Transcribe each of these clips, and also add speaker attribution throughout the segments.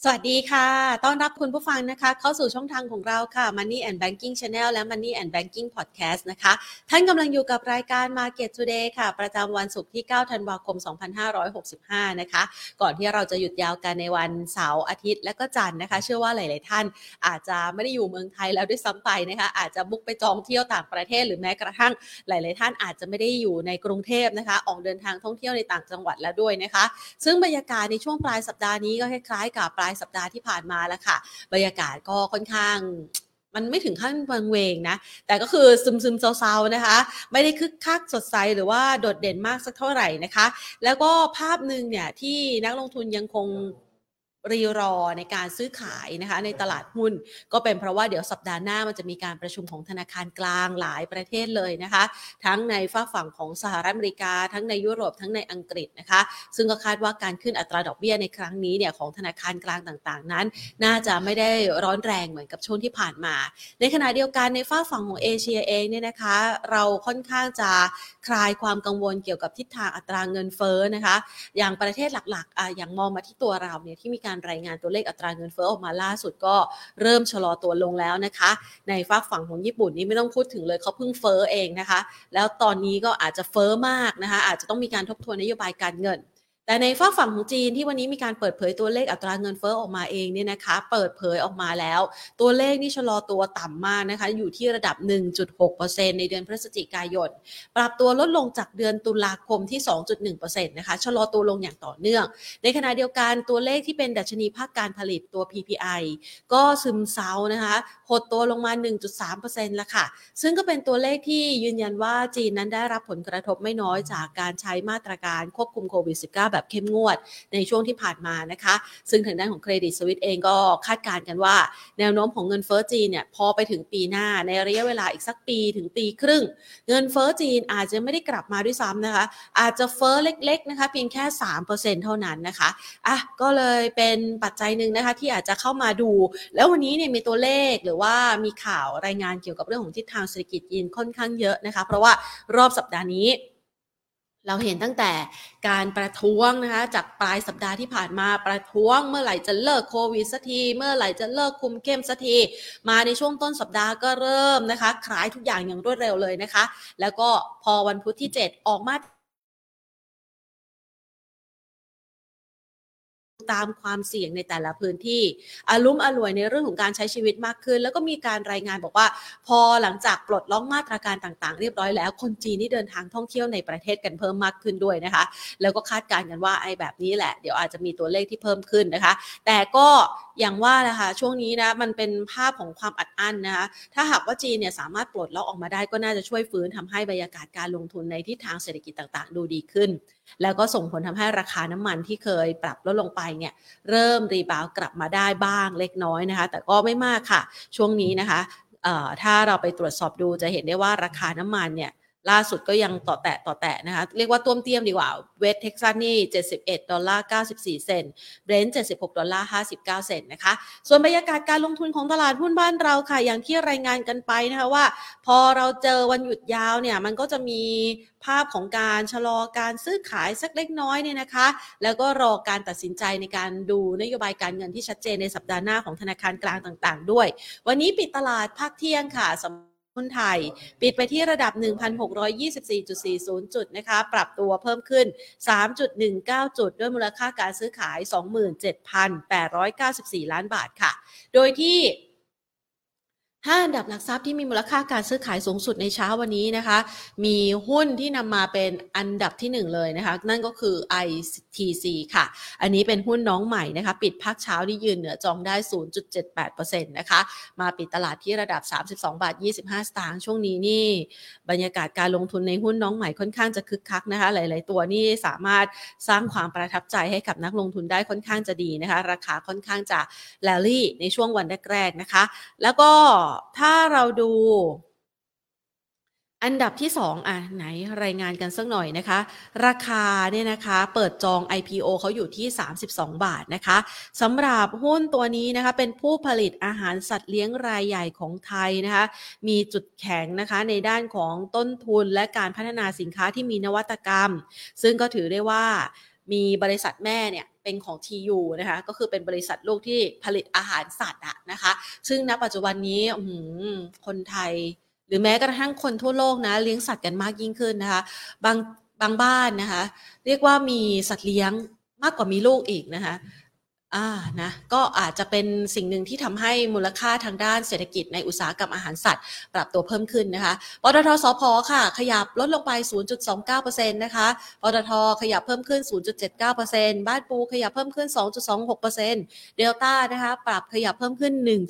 Speaker 1: สวัสดีค่ะต้อนรับคุณผู้ฟังนะคะเข้าสู่ช่องทางของเราค่ะ Money and Banking Channel และ Money and Banking Podcast นะคะท่านกำลังอยู่กับรายการ Market Today ค่ะประจำวันศุกร์ที่ 9 ธันวาคม 2565 นะคะก่อนที่เราจะหยุดยาวกันในวันเสาร์อาทิตย์และก็จันทร์นะคะเชื่อว่าหลายๆท่านอาจจะไม่ได้อยู่เมืองไทยแล้วด้วยซ้ำไปนะคะอาจจะบุกไปจองเที่ยวต่างประเทศหรือแม้กระทั่งหลายๆท่านอาจจะไม่ได้อยู่ในกรุงเทพนะคะออกเดินทางท่องเที่ยวในต่างจังหวัดแล้วด้วยนะคะซึ่งบรรยากาศในช่วงปลายสัปดาห์นี้ก็คล้ายๆกับปลายสัปดาห์ที่ผ่านมาแล้วค่ะบรรยากาศก็ค่อนข้างมันไม่ถึงขั้นวังเวงนะแต่ก็คือซึมๆเซาๆนะคะไม่ได้คึกคักสดใสหรือว่าโดดเด่นมากสักเท่าไหร่นะคะแล้วก็ภาพหนึ่งเนี่ยที่นักลงทุนยังคงรอในการซื้อขายนะคะในตลาดหุ้นก็เป็นเพราะว่าเดี๋ยวสัปดาห์หน้ามันจะมีการประชุมของธนาคารกลางหลายประเทศเลยนะคะทั้งในฝั่งของสหรัฐอเมริกาทั้งในยุโรปทั้งในอังกฤษนะคะซึ่งก็คาดว่าการขึ้นอัตราดอกเบี้ยในครั้งนี้เนี่ยของธนาคารกลางต่างๆนั้นน่าจะไม่ได้ร้อนแรงเหมือนกับช่วงที่ผ่านมาในขณะเดียวกันในฝั่งของเอเชียเองเนี่ยนะคะเราค่อนข้างจะคลายความกังวลเกี่ยวกับทิศทางอัตราเงินเฟ้อนะคะอย่างประเทศหลักๆอย่างมองมาที่ตัวเราเนี่ยที่มีการรายงานตัวเลขอัตราเงินเฟ้อออกมาล่าสุดก็เริ่มชะลอตัวลงแล้วนะคะในฝั่งของญี่ปุ่นนี่ไม่ต้องพูดถึงเลยเขาเพิ่งเฟ้อเองนะคะแล้วตอนนี้ก็อาจจะเฟ้อมากนะคะอาจจะต้องมีการทบทวนนโยบายการเงินแต่ในฝั่งของจีนที่วันนี้มีการเปิดเผยตัวเลขอัตราเงินเฟ้อออกมาเองเนี่ยนะคะเปิดเผยออกมาแล้วตัวเลขนี่ชะลอตัวต่ำมากนะคะอยู่ที่ระดับ 1.6% ในเดือนพฤศจิกายนปรับตัวลดลงจากเดือนตุลาคมที่ 2.1% นะคะชะลอตัวลงอย่างต่อเนื่องในขณะเดียวกันตัวเลขที่เป็นดัชนีภาคการผลิตตัว PPI ก็ซึมเซานะคะหดตัวลงมา 1.3% ละค่ะซึ่งก็เป็นตัวเลขที่ยืนยันว่าจีนนั้นได้รับผลกระทบไม่น้อยจากการใช้มาตรการควบคุมโควิด -19 แบบเข้มงวดในช่วงที่ผ่านมานะคะซึ่งทางด้านของเครดิตสวิสเองก็คาดการณ์กันว่าแนวโน้มของเงินเฟ้อจีนเนี่ยพอไปถึงปีหน้าในระยะเวลาอีกสักปีถึงปีครึ่งเงินเฟ้อจีนอาจจะไม่ได้กลับมาด้วยซ้ำนะคะอาจจะเฟ้อเล็กๆนะคะเพียงแค่ 3% เท่านั้นนะคะก็เลยเป็นปัจจัยหนึ่งนะคะที่อาจจะเข้ามาดูแล้ววันนี้เนี่ยมีตัวเลขหรือว่ามีข่าวรายงานเกี่ยวกับเรื่องของทิศทางเศรษฐกิจจีนค่อนข้างเยอะนะคะเพราะว่ารอบสัปดาห์นี้เราเห็นตั้งแต่การประท้วงนะคะจากปลายสัปดาห์ที่ผ่านมาประท้วงเมื่อไหร่จะเลิกโควิดสักทีเมื่อไหร่จะเลิกคุมเข้มสักทีมาในช่วงต้นสัปดาห์ก็เริ่มนะคะขายทุกอย่างอย่างรวดเร็วเลยนะคะแล้วก็พอวันพุธที่7ออกมาตามความเสี่ยงในแต่ละพื้นที่อารุ่มอร่วยในเรื่องของการใช้ชีวิตมากขึ้นแล้วก็มีการรายงานบอกว่าพอหลังจากปลดล็อกมาตรการต่างๆเรียบร้อยแล้วคนจีนที่เดินทางท่องเที่ยวในประเทศกันเพิ่มมากขึ้นด้วยนะคะแล้วก็คาดการณ์กันว่าไอ้แบบนี้แหละเดี๋ยวอาจจะมีตัวเลขที่เพิ่มขึ้นนะคะแต่ก็อย่างว่านะคะช่วงนี้นะมันเป็นภาพของความอัดอั้นนะคะถ้าหากว่าจีนเนี่ยสามารถปลดล็อกออกมาได้ก็น่าจะช่วยฟื้นทำให้บรรยากาศการลงทุนในทิศทางเศรษฐกิจต่างๆดูดีขึ้นแล้วก็ส่งผลทำให้ราคาน้ำมันที่เคยปรับลดลงไปเนี่ยเริ่มรีบาวกลับมาได้บ้างเล็กน้อยนะคะแต่ก็ไม่มากค่ะช่วงนี้นะคะถ้าเราไปตรวจสอบดูจะเห็นได้ว่าราคาน้ำมันเนี่ยล่าสุดก็ยังต่อแตะนะคะเรียกว่าต้วมเตี้ยมดีกว่าเวสเท็กซัสนี่$71.94เบรนท์$76.59นะคะส่วนบรรยากาศการลงทุนของตลาดหุ้นบ้านเราค่ะอย่างที่รายงานกันไปนะคะว่าพอเราเจอวันหยุดยาวเนี่ยมันก็จะมีภาพของการชะลอการซื้อขายสักเล็กน้อยเนี่ยนะคะแล้วก็รอการตัดสินใจในการดูนโยบายการเงินที่ชัดเจนในสัปดาห์หน้าของธนาคารกลางต่างๆด้วยวันนี้ปิดตลาดภาคเที่ยงค่ะหุ้นไทยปิดไปที่ระดับ 1,624.40 จุดนะคะปรับตัวเพิ่มขึ้น 3.19 จุดด้วยมูลค่าการซื้อขาย 27,894 ล้านบาทค่ะโดยที่5อันดับหลักทรัพย์ที่มีมูลค่าการซื้อขายสูงสุดในเช้าวันนี้นะคะมีหุ้นที่นำมาเป็นอันดับที่1เลยนะคะนั่นก็คือ ITC ค่ะอันนี้เป็นหุ้นน้องใหม่นะคะปิดภาคเช้าที่ยืนเหนือจองได้ 0.78% นะคะมาปิดตลาดที่ระดับ 32.25 สตางค์ช่วงนี้นี่บรรยากาศการลงทุนในหุ้นน้องใหม่ค่อนข้างจะคึกคักนะคะหลายๆตัวนี่สามารถสร้างความประทับใจให้กับนักลงทุนได้ค่อนข้างจะดีนะคะราคาค่อนข้างจะแรลลี่ในช่วงวันแรกๆนะคะแล้วก็ถ้าเราดูอันดับที่2ไหนรายงานกันสักหน่อยนะคะราคาเนี่ยนะคะเปิดจอง IPO เขาอยู่ที่32 บาทนะคะสำหรับหุ้นตัวนี้นะคะเป็นผู้ผลิตอาหารสัตว์เลี้ยงรายใหญ่ของไทยนะคะมีจุดแข็งนะคะในด้านของต้นทุนและการพัฒนาสินค้าที่มีนวัตกรรมซึ่งก็ถือได้ว่ามีบริษัทแม่เนี่ยเป็นของ TU นะคะก็คือเป็นบริษัทลูกที่ผลิตอาหารสัตว์อะนะคะซึ่งณปัจจุบันนี้คนไทยหรือแม้กระทั่งคนทั่วโลกนะเลี้ยงสัตว์กันมากยิ่งขึ้นนะคะบางบ้านนะคะเรียกว่ามีสัตว์เลี้ยงมากกว่ามีลูกอีกนะคะนะก็อาจจะเป็นสิ่งหนึ่งที่ทำให้มูลค่าทางด้านเศรษฐกิจในอุตสาหกรรมอาหารสัตว์ปรับตัวเพิ่มขึ้นนะคะปตท.สผ.ค่ะขยับลดลงไป 0.29% นะคะปตท.ขยับเพิ่มขึ้น 0.79% บ้านปูขยับเพิ่มขึ้น 2.26% เดลต้านะคะปรับขยับเพิ่มขึ้น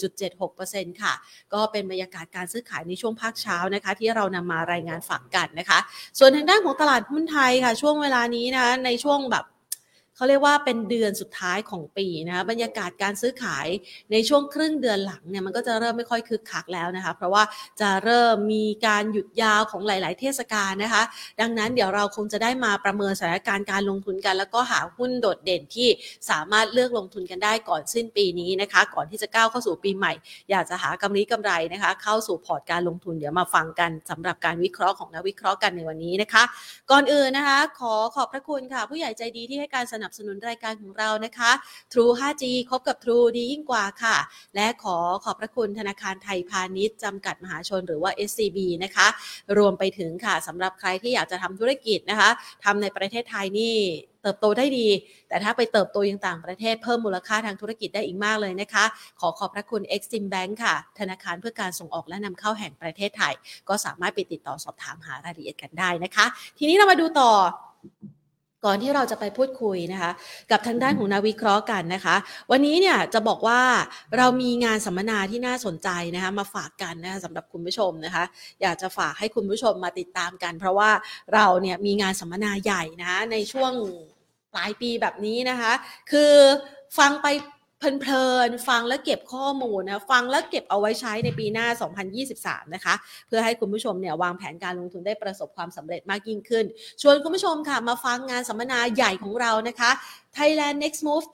Speaker 1: 1.76% ค่ะก็เป็นบรรยากาศการซื้อขายในช่วงภาคเช้านะคะที่เรานำมารายงานฝากกันนะคะส่วนทางด้านของตลาดหุ้นไทยค่ะช่วงเวลานี้นะคะในช่วงแบบเขาเรียกว่าเป็นเดือนสุดท้ายของปีนะคะบรรยากาศการซื้อขายในช่วงครึ่งเดือนหลังเนี่ยมันก็จะเริ่มไม่ค่อยคึกคักแล้วนะคะเพราะว่าจะเริ่มมีการหยุดยาวของหลายๆเทศกาลนะคะดังนั้นเดี๋ยวเราคงจะได้มาประเมินสถานการณ์การลงทุนกันแล้วก็หาหุ้นโดดเด่นที่สามารถเลือกลงทุนกันได้ก่อนสิ้นปีนี้นะคะก่อนที่จะก้าวเข้าสู่ปีใหม่อยากจะหากำไรนะคะเข้าสู่พอร์ตการลงทุนเดี๋ยวมาฟังกันสำหรับการวิเคราะห์ของนักวิเคราะห์กันในวันนี้นะคะก่อนอื่นนะคะขอบพระคุณค่ะผู้ใหญ่ใจดีที่ให้การสนับสนุนรายการของเรานะคะ True 5G คบกับ True ดียิ่งกว่าค่ะและขอบพระคุณธนาคารไทยพาณิชย์จำกัดมหาชนหรือว่า SCB นะคะรวมไปถึงค่ะสำหรับใครที่อยากจะทำธุรกิจนะคะทำในประเทศไทยนี่เติบโตได้ดีแต่ถ้าไปเติบโตยังต่างประเทศเพิ่มมูลค่าทางธุรกิจได้อีกมากเลยนะคะขอบพระคุณ Exim Bank ค่ะธนาคารเพื่อการส่งออกและนำเข้าแห่งประเทศไทยก็สามารถไปติดต่อสอบถามหารายละเอียดกันได้นะคะทีนี้เรามาดูต่อก่อนที่เราจะไปพูดคุยนะคะกับทางด้านของนักวิเคราะห์กันนะคะวันนี้เนี่ยจะบอกว่าเรามีงานสัมมนาที่น่าสนใจนะคะมาฝากกันนะคะสำหรับคุณผู้ชมนะคะอยากจะฝากให้คุณผู้ชมมาติดตามกันเพราะว่าเราเนี่ยมีงานสัมมนาใหญ่นะในช่วงปลายปีแบบนี้นะคะคือฟังไปเพลินๆฟังแล้วเก็บข้อมูลนะฟังแล้วเก็บเอาไว้ใช้ในปีหน้า2023นะคะเพื่อให้คุณผู้ชมเนี่ยวางแผนการลงทุนได้ประสบความสำเร็จมากยิ่งขึ้นชวนคุณผู้ชมค่ะมาฟังงานสัมมนาใหญ่ของเรานะคะ Thailand Next Move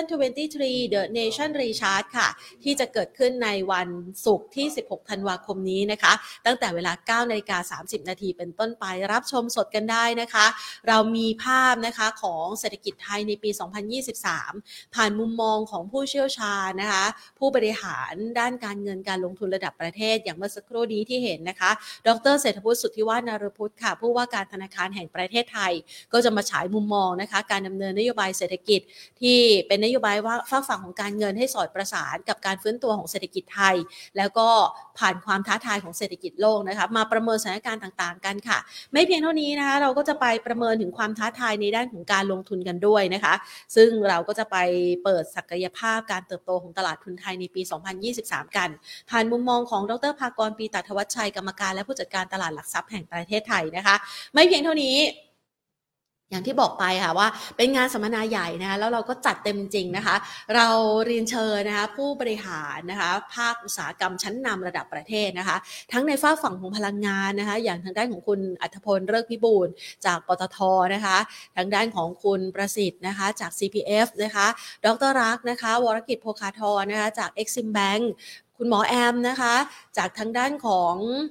Speaker 1: 2023 The Nation Recharge ค่ะที่จะเกิดขึ้นในวันศุกร์ที่16ธันวาคมนี้นะคะตั้งแต่เวลา 9:30 น.เป็นต้นไปรับชมสดกันได้นะคะเรามีภาพนะคะของเศรษฐกิจไทยในปี 2023 ผ่านมุมมองของผู้เชี่ยวชาญนะคะผู้บริหารด้านการเงินการลงทุนระดับประเทศอย่างเมื่อสักครู่นี้ที่เห็นนะคะดร.เศรษฐพุทธสุทธิวาฒนารพุทธค่ะผู้ว่าการธนาคารแห่งประเทศไทยก็จะมาฉายมุมมองนะคะการดำเนินนโยบายเศรษฐกิจที่เป็นนโยบายว่าฝากฝั่งของการเงินให้สอดประสานกับการฟื้นตัวของเศรษฐกิจไทยแล้วก็ผ่านความท้าทายของเศรษฐกิจโลกนะคะมาประเมินสถานการณ์ต่างๆกันค่ะไม่เพียงเท่านี้นะคะเราก็จะไปประเมินถึงความท้าทายในด้านของการลงทุนกันด้วยนะคะซึ่งเราก็จะไปเปิดศักยภาพการเติบโตของตลาดทุนไทยในปี 2023 กันผ่านมุมมองของดร.ภากร ปีตถวัชชัยกรรมการและผู้จัดการตลาดหลักทรัพย์แห่งประเทศไทยนะคะไม่เพียงเท่านี้อย่างที่บอกไปค่ะว่าเป็นงานสัมมนาใหญ่นะคะแล้วเราก็จัดเต็มจริงนะคะเราเรียนเชิญนะคะผู้บริหารนะคะภาคอุตสาหกรรมชั้นนำระดับประเทศนะคะทั้งในฝั่งฝั่งของพลังงานนะคะอย่างทางด้านของคุณอัธพลเลิกพิบูลจากปตท.นะคะทางด้านของคุณประสิทธิ์นะคะจาก CPF นะคะดร.รักษ์นะคะวรกิจโภคาธรนะคะจาก Exim Bank คุณหมอแอมนะคะจากทางด้านของ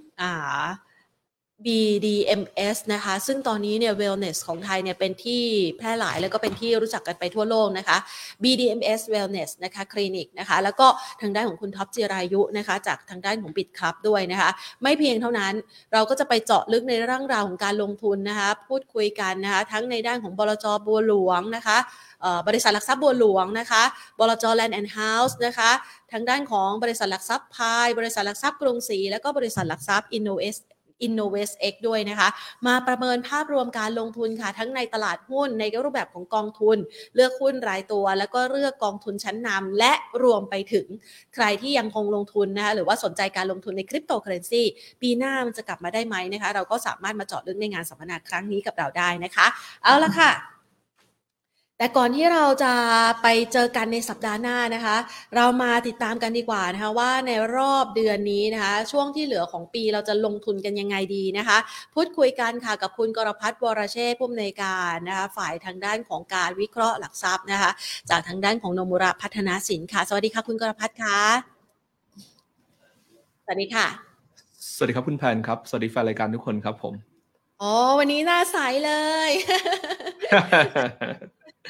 Speaker 1: BDMS นะคะซึ่งตอนนี้เนี่ย wellness ของไทยเนี่ยเป็นที่แพร่หลายแล้วก็เป็นที่รู้จักกันไปทั่วโลกนะคะ BDMS wellness นะคะคลินิกนะคะแล้วก็ทางด้านของคุณท็อปจิรายุนะคะจากทางด้านของ Bit Club ด้วยนะคะไม่เพียงเท่านั้นเราก็จะไปเจาะลึกในเรื่องราวของการลงทุนนะคะพูดคุยกันนะคะทั้งในด้านของบลจ.บัวหลวงนะคะบริษัทหลักทรัพย์บัวหลวงนะคะบลจ. Land and House นะคะทางด้านของบริษัทหลักทรัพย์พายบริษัทหลักทรัพย์กรุงศรีแล้วก็บริษัทหลักทรัพย์Innovest X ด้วยนะคะมาประเมินภาพรวมการลงทุนค่ะทั้งในตลาดหุ้นในรูปแบบของกองทุนเลือกหุ้นรายตัวแล้วก็เลือกกองทุนชั้นนำและรวมไปถึงใครที่ยังคงลงทุนนะคะหรือว่าสนใจการลงทุนในคริปโตเคอเรนซีปีหน้ามันจะกลับมาได้ไหมนะคะเราก็สามารถมาเจาะลึกในงานสัมมนาครั้งนี้กับเราได้นะคะเอาละค่ะแต่ก่อนที่เราจะไปเจอกันในสัปดาห์หน้านะคะเรามาติดตามกันดีกว่านะคะว่าในรอบเดือนนี้นะคะช่วงที่เหลือของปีเราจะลงทุนกันยังไงดีนะคะพูดคุยกันค่ะกับคุณกรพัฒน์วรเชษฐ์ผู้อำนวยการนะคะฝ่ายทางด้านของการวิเคราะห์หลักทรัพย์นะคะจากทางด้านของโนมุระพัฒนาสินค่ะสวัสดีค่ะคุณกรพัฒน์ค่ะสวัสดีค่ะ
Speaker 2: สวัสดีครับคุณแพนครับสวัสดีแฟนรายการทุกคนครับผม
Speaker 1: วันนี้หน้าใสเลย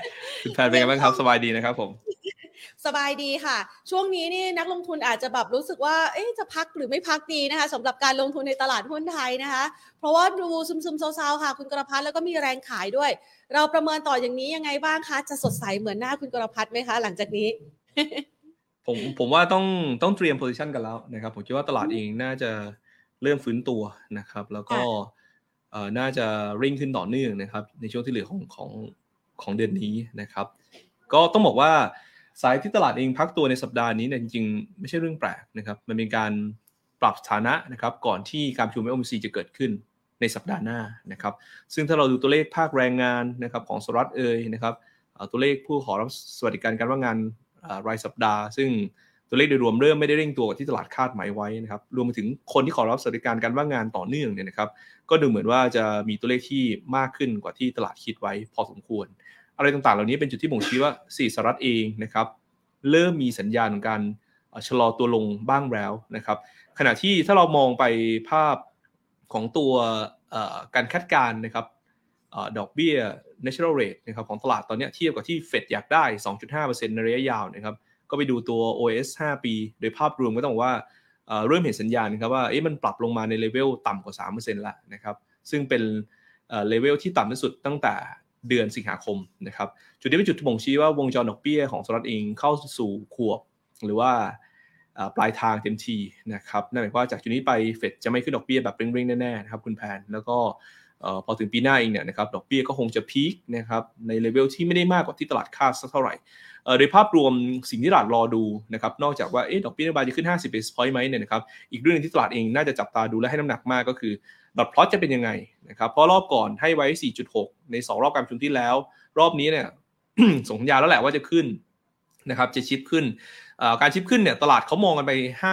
Speaker 2: คุณแพนเป็นไงบ้างครับสบายดีนะครับผม
Speaker 1: สบายดีค่ะช่วงนี้นี่นักลงทุนอาจจะแบบรู้สึกว่าจะพักหรือไม่พักดีนะคะสำหรับการลงทุนในตลาดหุ้นไทยนะคะเพราะว่าดูซึมๆเซาๆค่ะคุณกรพัฒน์แล้วก็มีแรงขายด้วยเราประเมินต่ออย่างนี้ยังไงบ้างคะจะสดใสเหมือนหน้าคุณกรพัฒน์ไหมคะหลังจากนี้
Speaker 2: ผมว่าต้องเตรียม position กันแล้วนะครับผมคิดว่าตลาดเองน่าจะเริ่มฟื้นตัวนะครับแล้วก็
Speaker 1: ค่ะ
Speaker 2: น่าจะริ่งขึ้นต่อเนื่องนะครับในช่วงที่เหลือของเดือนนี้นะครับก็ต้องบอกว่าสายที่ตลาดเองพักตัวในสัปดาห์นี้เนี่ยจริงๆไม่ใช่เรื่องแปลกนะครับมันเป็นการปรับสถานะนะครับก่อนที่การประชุม FOMC จะเกิดขึ้นในสัปดาห์หน้านะครับซึ่งถ้าเราดูตัวเลขภาคแรงงานนะครับของสหรัฐนะครับตัวเลขผู้ขอรับสวัสดิการการว่างงานรายสัปดาห์ซึ่งตัวเลขโดยรวมเริ่มไม่ได้เร่งตัวที่ตลาดคาดหมายไว้นะครับรวมไปถึงคนที่ขอรับสวัสดิการการว่างงานต่อเนื่องเนี่ยนะครับก็ดูเหมือนว่าจะมีตัวเลขที่มากขึ้นกว่าที่ตลาดคิดไว้พอสมควรอะไรต่างๆเหล่านี้เป็นจุดที่บ่งชี้ว่าสหรัฐเองนะครับเริ่มมีสัญญาณของการชะลอตัวลงบ้างแล้วนะครับขณะที่ถ้าเรามองไปภาพของตัวการคาดการณ์นะครับดอกเบี้ย natural rate นะครับของตลาดตอนนี้เทียบกับที่เฟดอยากได้ 2.5% ในระยะยาวนะครับก็ไปดูตัว OAS 5 ปีโดยภาพรวมก็ต้องบอกว่าเริ่มเห็นสัญญาณครับว่ามันปรับลงมาในเลเวลต่ำกว่า 3% แล้วนะครับซึ่งเป็นเลเวลที่ต่ำที่สุดตั้งแต่เดือนสิงหาคมนะครับจุดนี้เป็นจุดที่บ่งชี้ว่าวงจรดอกเบี้ยของสหรัฐเองเข้าสู่ขวบหรือว่าปลายทางเต็มทีนะครับนั่นหมายความว่าจากจุดนี้ไปเฟดจะไม่ขึ้นดอกเบี้ยแบบเร่งๆแน่ๆนะครับคุณแพนแล้วก็พอถึงปีหน้าเองเนี่ยนะครับดอกเบี้ยก็คงจะพีคนะครับในเลเวลที่ไม่ได้มากกว่าที่ตลาดคาดสักเท่าไหร่โดยภาพรวมสิ่งที่ตลาดรอดูนะครับนอกจากว่าดอกเบี้ยนโยบายจะขึ้น50 basis point ไหมเนี่ยนะครับอีกเรื่องนึงที่ตลาดเองน่าจะจับตาดูและให้น้ำหนักมากก็คือดอทพลอตจะเป็นยังไงนะครับเพราะรอบก่อนให้ไว้ 4.6 ใน2รอบการประชุมที่แล้วรอบนี้เนี่ย ส่งสัญญาณแล้วแหละว่าจะขึ้นนะครับจะชิปขึ้นการชิปขึ้นเนี่ยตลาดเขามองกันไป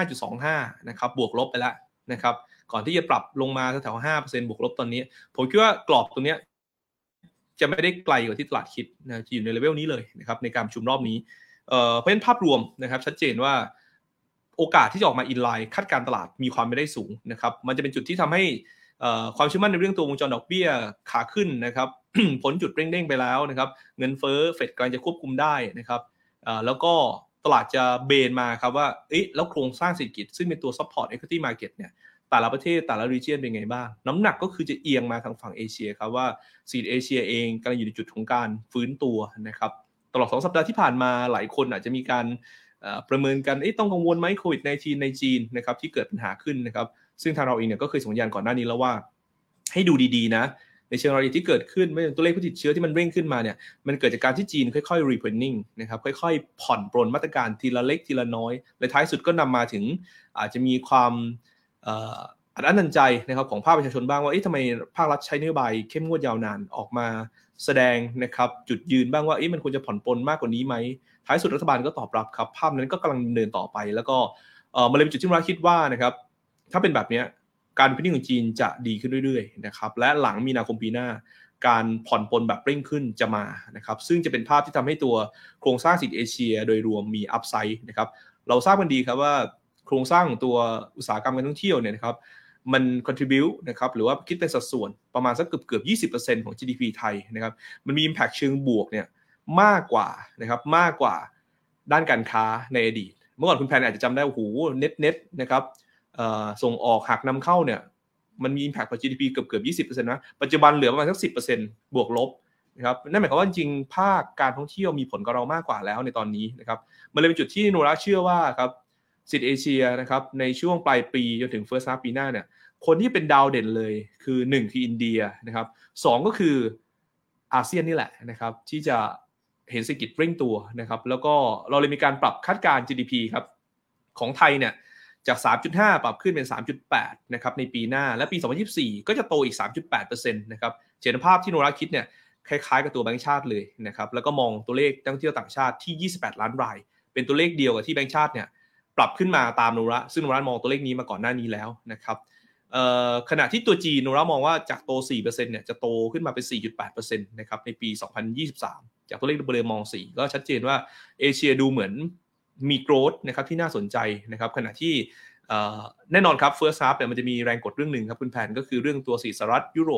Speaker 2: 5.25 นะครับบวกลบไปแล้วนะครับก่อนที่จะปรับลงมาแถวๆ 5% บวกลบตอนนี้ผมคิดว่ากรอบตรงนี้จะไม่ได้ไกลกว่าที่ตลาดคิดนะจะอยู่ในเลเวลนี้เลยนะครับในการประชุมรอบนี้เพราะฉะนั้นภาพรวมนะครับชัดเจนว่าโอกาสที่จะออกมาอินไลน์คาดการตลาดมีความไม่ได้สูงนะครับมันจะเป็นจุดที่ทำให้ความเชื่อมั่นในเรื่องตัววงจรดอกเบี้ยขาขึ้นนะครับ พ้นจุดเร่งๆไปแล้วนะครับเงินเฟ้อเฟดกำลังจะควบคุมได้นะครับแล้วก็ตลาดจะเบนมาครับว่าแล้วโครงสร้างเศรษฐกิจซึ่งเป็นตัว support equity market เนี่ยแต่ละประเทศแต่ละ region เป็นไงบ้างน้ำหนักก็คือจะเอียงมาทางฝั่งเอเชียครับว่าซีดเอเชียเองกำลังอยู่ในจุดของการฟื้นตัวนะครับตลอด2สัปดาห์ที่ผ่านมาหลายคนอาจจะมีการประเมินกันต้องกังวลไหมโควิด-19 ในจีนนะครับที่เกิดปัญหาขึ้นนะครับซึ่งทางเราเองเนี่ยก็เคยส่งสัญญาณก่อนหน้านี้แล้วว่าให้ดูดีๆนะในเชิงรายละเอียดที่เกิดขึ้นไม่ใช่ตัวเลขผู้ติดเชื้อที่มันเร่งขึ้นมาเนี่ยมันเกิดจากการที่จีนค่อยๆ reopening นะครับค่อยๆผ่อนปรนมาตรการทีละเล็กทีละน้อยและท้ายสุดก็นำมาถึงอาจจะมีความอัดอั้นตันใจนะครับของภาคประชาชนบ้างว่าทำไมภาครัฐใช้นโยบายเข้มงวดยาวนานออกมาแสดงนะครับจุดยืนบ้างว่ามันควรจะผ่อนปรนมากกว่านี้ไหมท้ายสุดรัฐบาลก็ตอบรับครับภาพนั้นก็กำลังดำเนินต่อไปแล้วก็มันเลยเป็นจุดที่เราคิดว่านะครับถ้าเป็นแบบนี้การพิจารณาของจีนจะดีขึ้นเรื่อยๆนะครับและหลังมีนาคมปีหน้าการผ่อนปลนแบบเร่งขึ้นจะมานะครับซึ่งจะเป็นภาพที่ทำให้ตัวโครงสร้างเศรษฐกิจเอเชียโดยรวมมีอัพไซด์นะครับเราทราบกันดีครับว่าโครงสร้างของตัวอุตสาหกรรมการท่องเที่ยวเนี่ยนะครับมัน contribute นะครับหรือว่าคิดเป็นสัดส่วนประมาณสักเกือบ 20% ของ GDP ไทยนะครับมันมี impact เชิงบวกเนี่ยมากกว่านะครับมากกว่าด้านการค้าในอดีตเมื่อก่อนคุณแพนอาจจะจำได้โอ้โหเน็ตนะครับส่งออกหักนำเข้าเนี่ยมันมี impact ต่อ GDP เกือบ 20% นะปัจจุบันเหลือประมาณสัก 10% บวกลบนะครับนั่นหมายความว่าจริงภาคการท่องเที่ยวมีผลกับเรามากกว่าแล้วในตอนนี้นะครับมันเลยเป็นจุดที่โนราเชื่อว่าครับซีดเอเชียนะครับในช่วงปลายปีจนถึง first half ปีหน้าเนี่ยคนที่เป็นดาวเด่นเลยคือ1คืออินเดียนะครับ2ก็คืออาเซียนนี่แหละนะครับที่จะเห็นเศรษฐกิจเร่งตัวนะครับแล้วก็เราเลยมีการปรับคาดการณ์ GDP ครับของไทยเนี่ยจาก 3.5 ปรับขึ้นเป็น 3.8 นะครับในปีหน้าและปี 2024 ก็จะโตอีก 3.8% นะครับเจนภาพที่โนราคิดเนี่ยคล้ายๆกับตัวแบงก์ชาติเลยนะครับแล้วก็มองตัวเลขนักท่องเที่ยวต่างชาติที่28ล้านรายเป็นตัวเลขเดียวกับที่แบงก์ชาติเนี่ยปรับขึ้นมาตามโนราซึ่งโนรามองตัวเลขนี้มาก่อนหน้านี้แล้วนะครับขณะที่ตัวจีนโนรามองว่าจากโต 4% เนี่ยจะโตขึ้นมาเป็น 4.8% นะครับในปี 2023 จากตัวเลขเบอร์มอง 4 ก็ชัดเจนว่าเอเชียดูเหมือนมีโกรธนะครับที่น่าสนใจนะครับขณะที่แน่นอนครับ first half เนี่ยมันจะมีแรงกดเรื่องหนึ่งครับคุณแผนก็คือเรื่องตัวสหรัฐยุโรป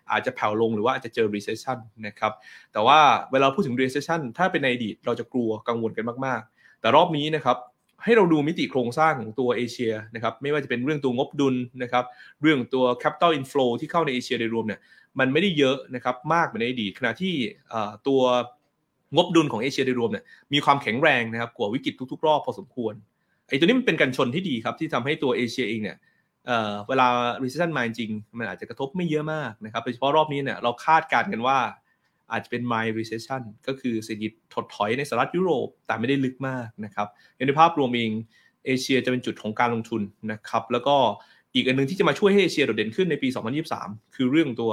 Speaker 2: อาจจะแผ่วลงหรือว่าอาจจะเจอ recession นะครับแต่ว่าเวลาพูดถึง recession ถ้าเป็นในอดีตเราจะกลัวกังวลกันมากๆแต่รอบนี้นะครับให้เราดูมิติโครงสร้างของตัวเอเชียนะครับไม่ว่าจะเป็นเรื่องตัวงบดุลนะครับเรื่องตัว capital inflow ที่เข้าในเอเชียโดยรวมเนี่ยมันไม่ได้เยอะนะครับมากเหมือนในอดีตขณะที่ตัวงบดุลของเอเชียโดยรวมเนี่ยมีความแข็งแรงนะครับกว่าวิกฤตทุกๆรอบพอสมควรไอ้ตัวนี้มันเป็นกันชนที่ดีครับที่ทำให้ตัวเอเชียเองเนี่ยเวลา recession มาจริงมันอาจจะกระทบไม่เยอะมากนะครับโดยเฉพาะรอบนี้เนี่ยเราคาดการณ์กันว่าอาจจะเป็น mild recession ก็คือเศรษฐกิจถดถอยในสหรัฐยุโรปแต่ไม่ได้ลึกมากนะครับในภาพรวมเองเอเชียจะเป็นจุดของการลงทุนนะครับแล้วก็อีกอันนึงที่จะมาช่วยให้เอเชียโดดเด่นขึ้นในปี2023คือเรื่องตัว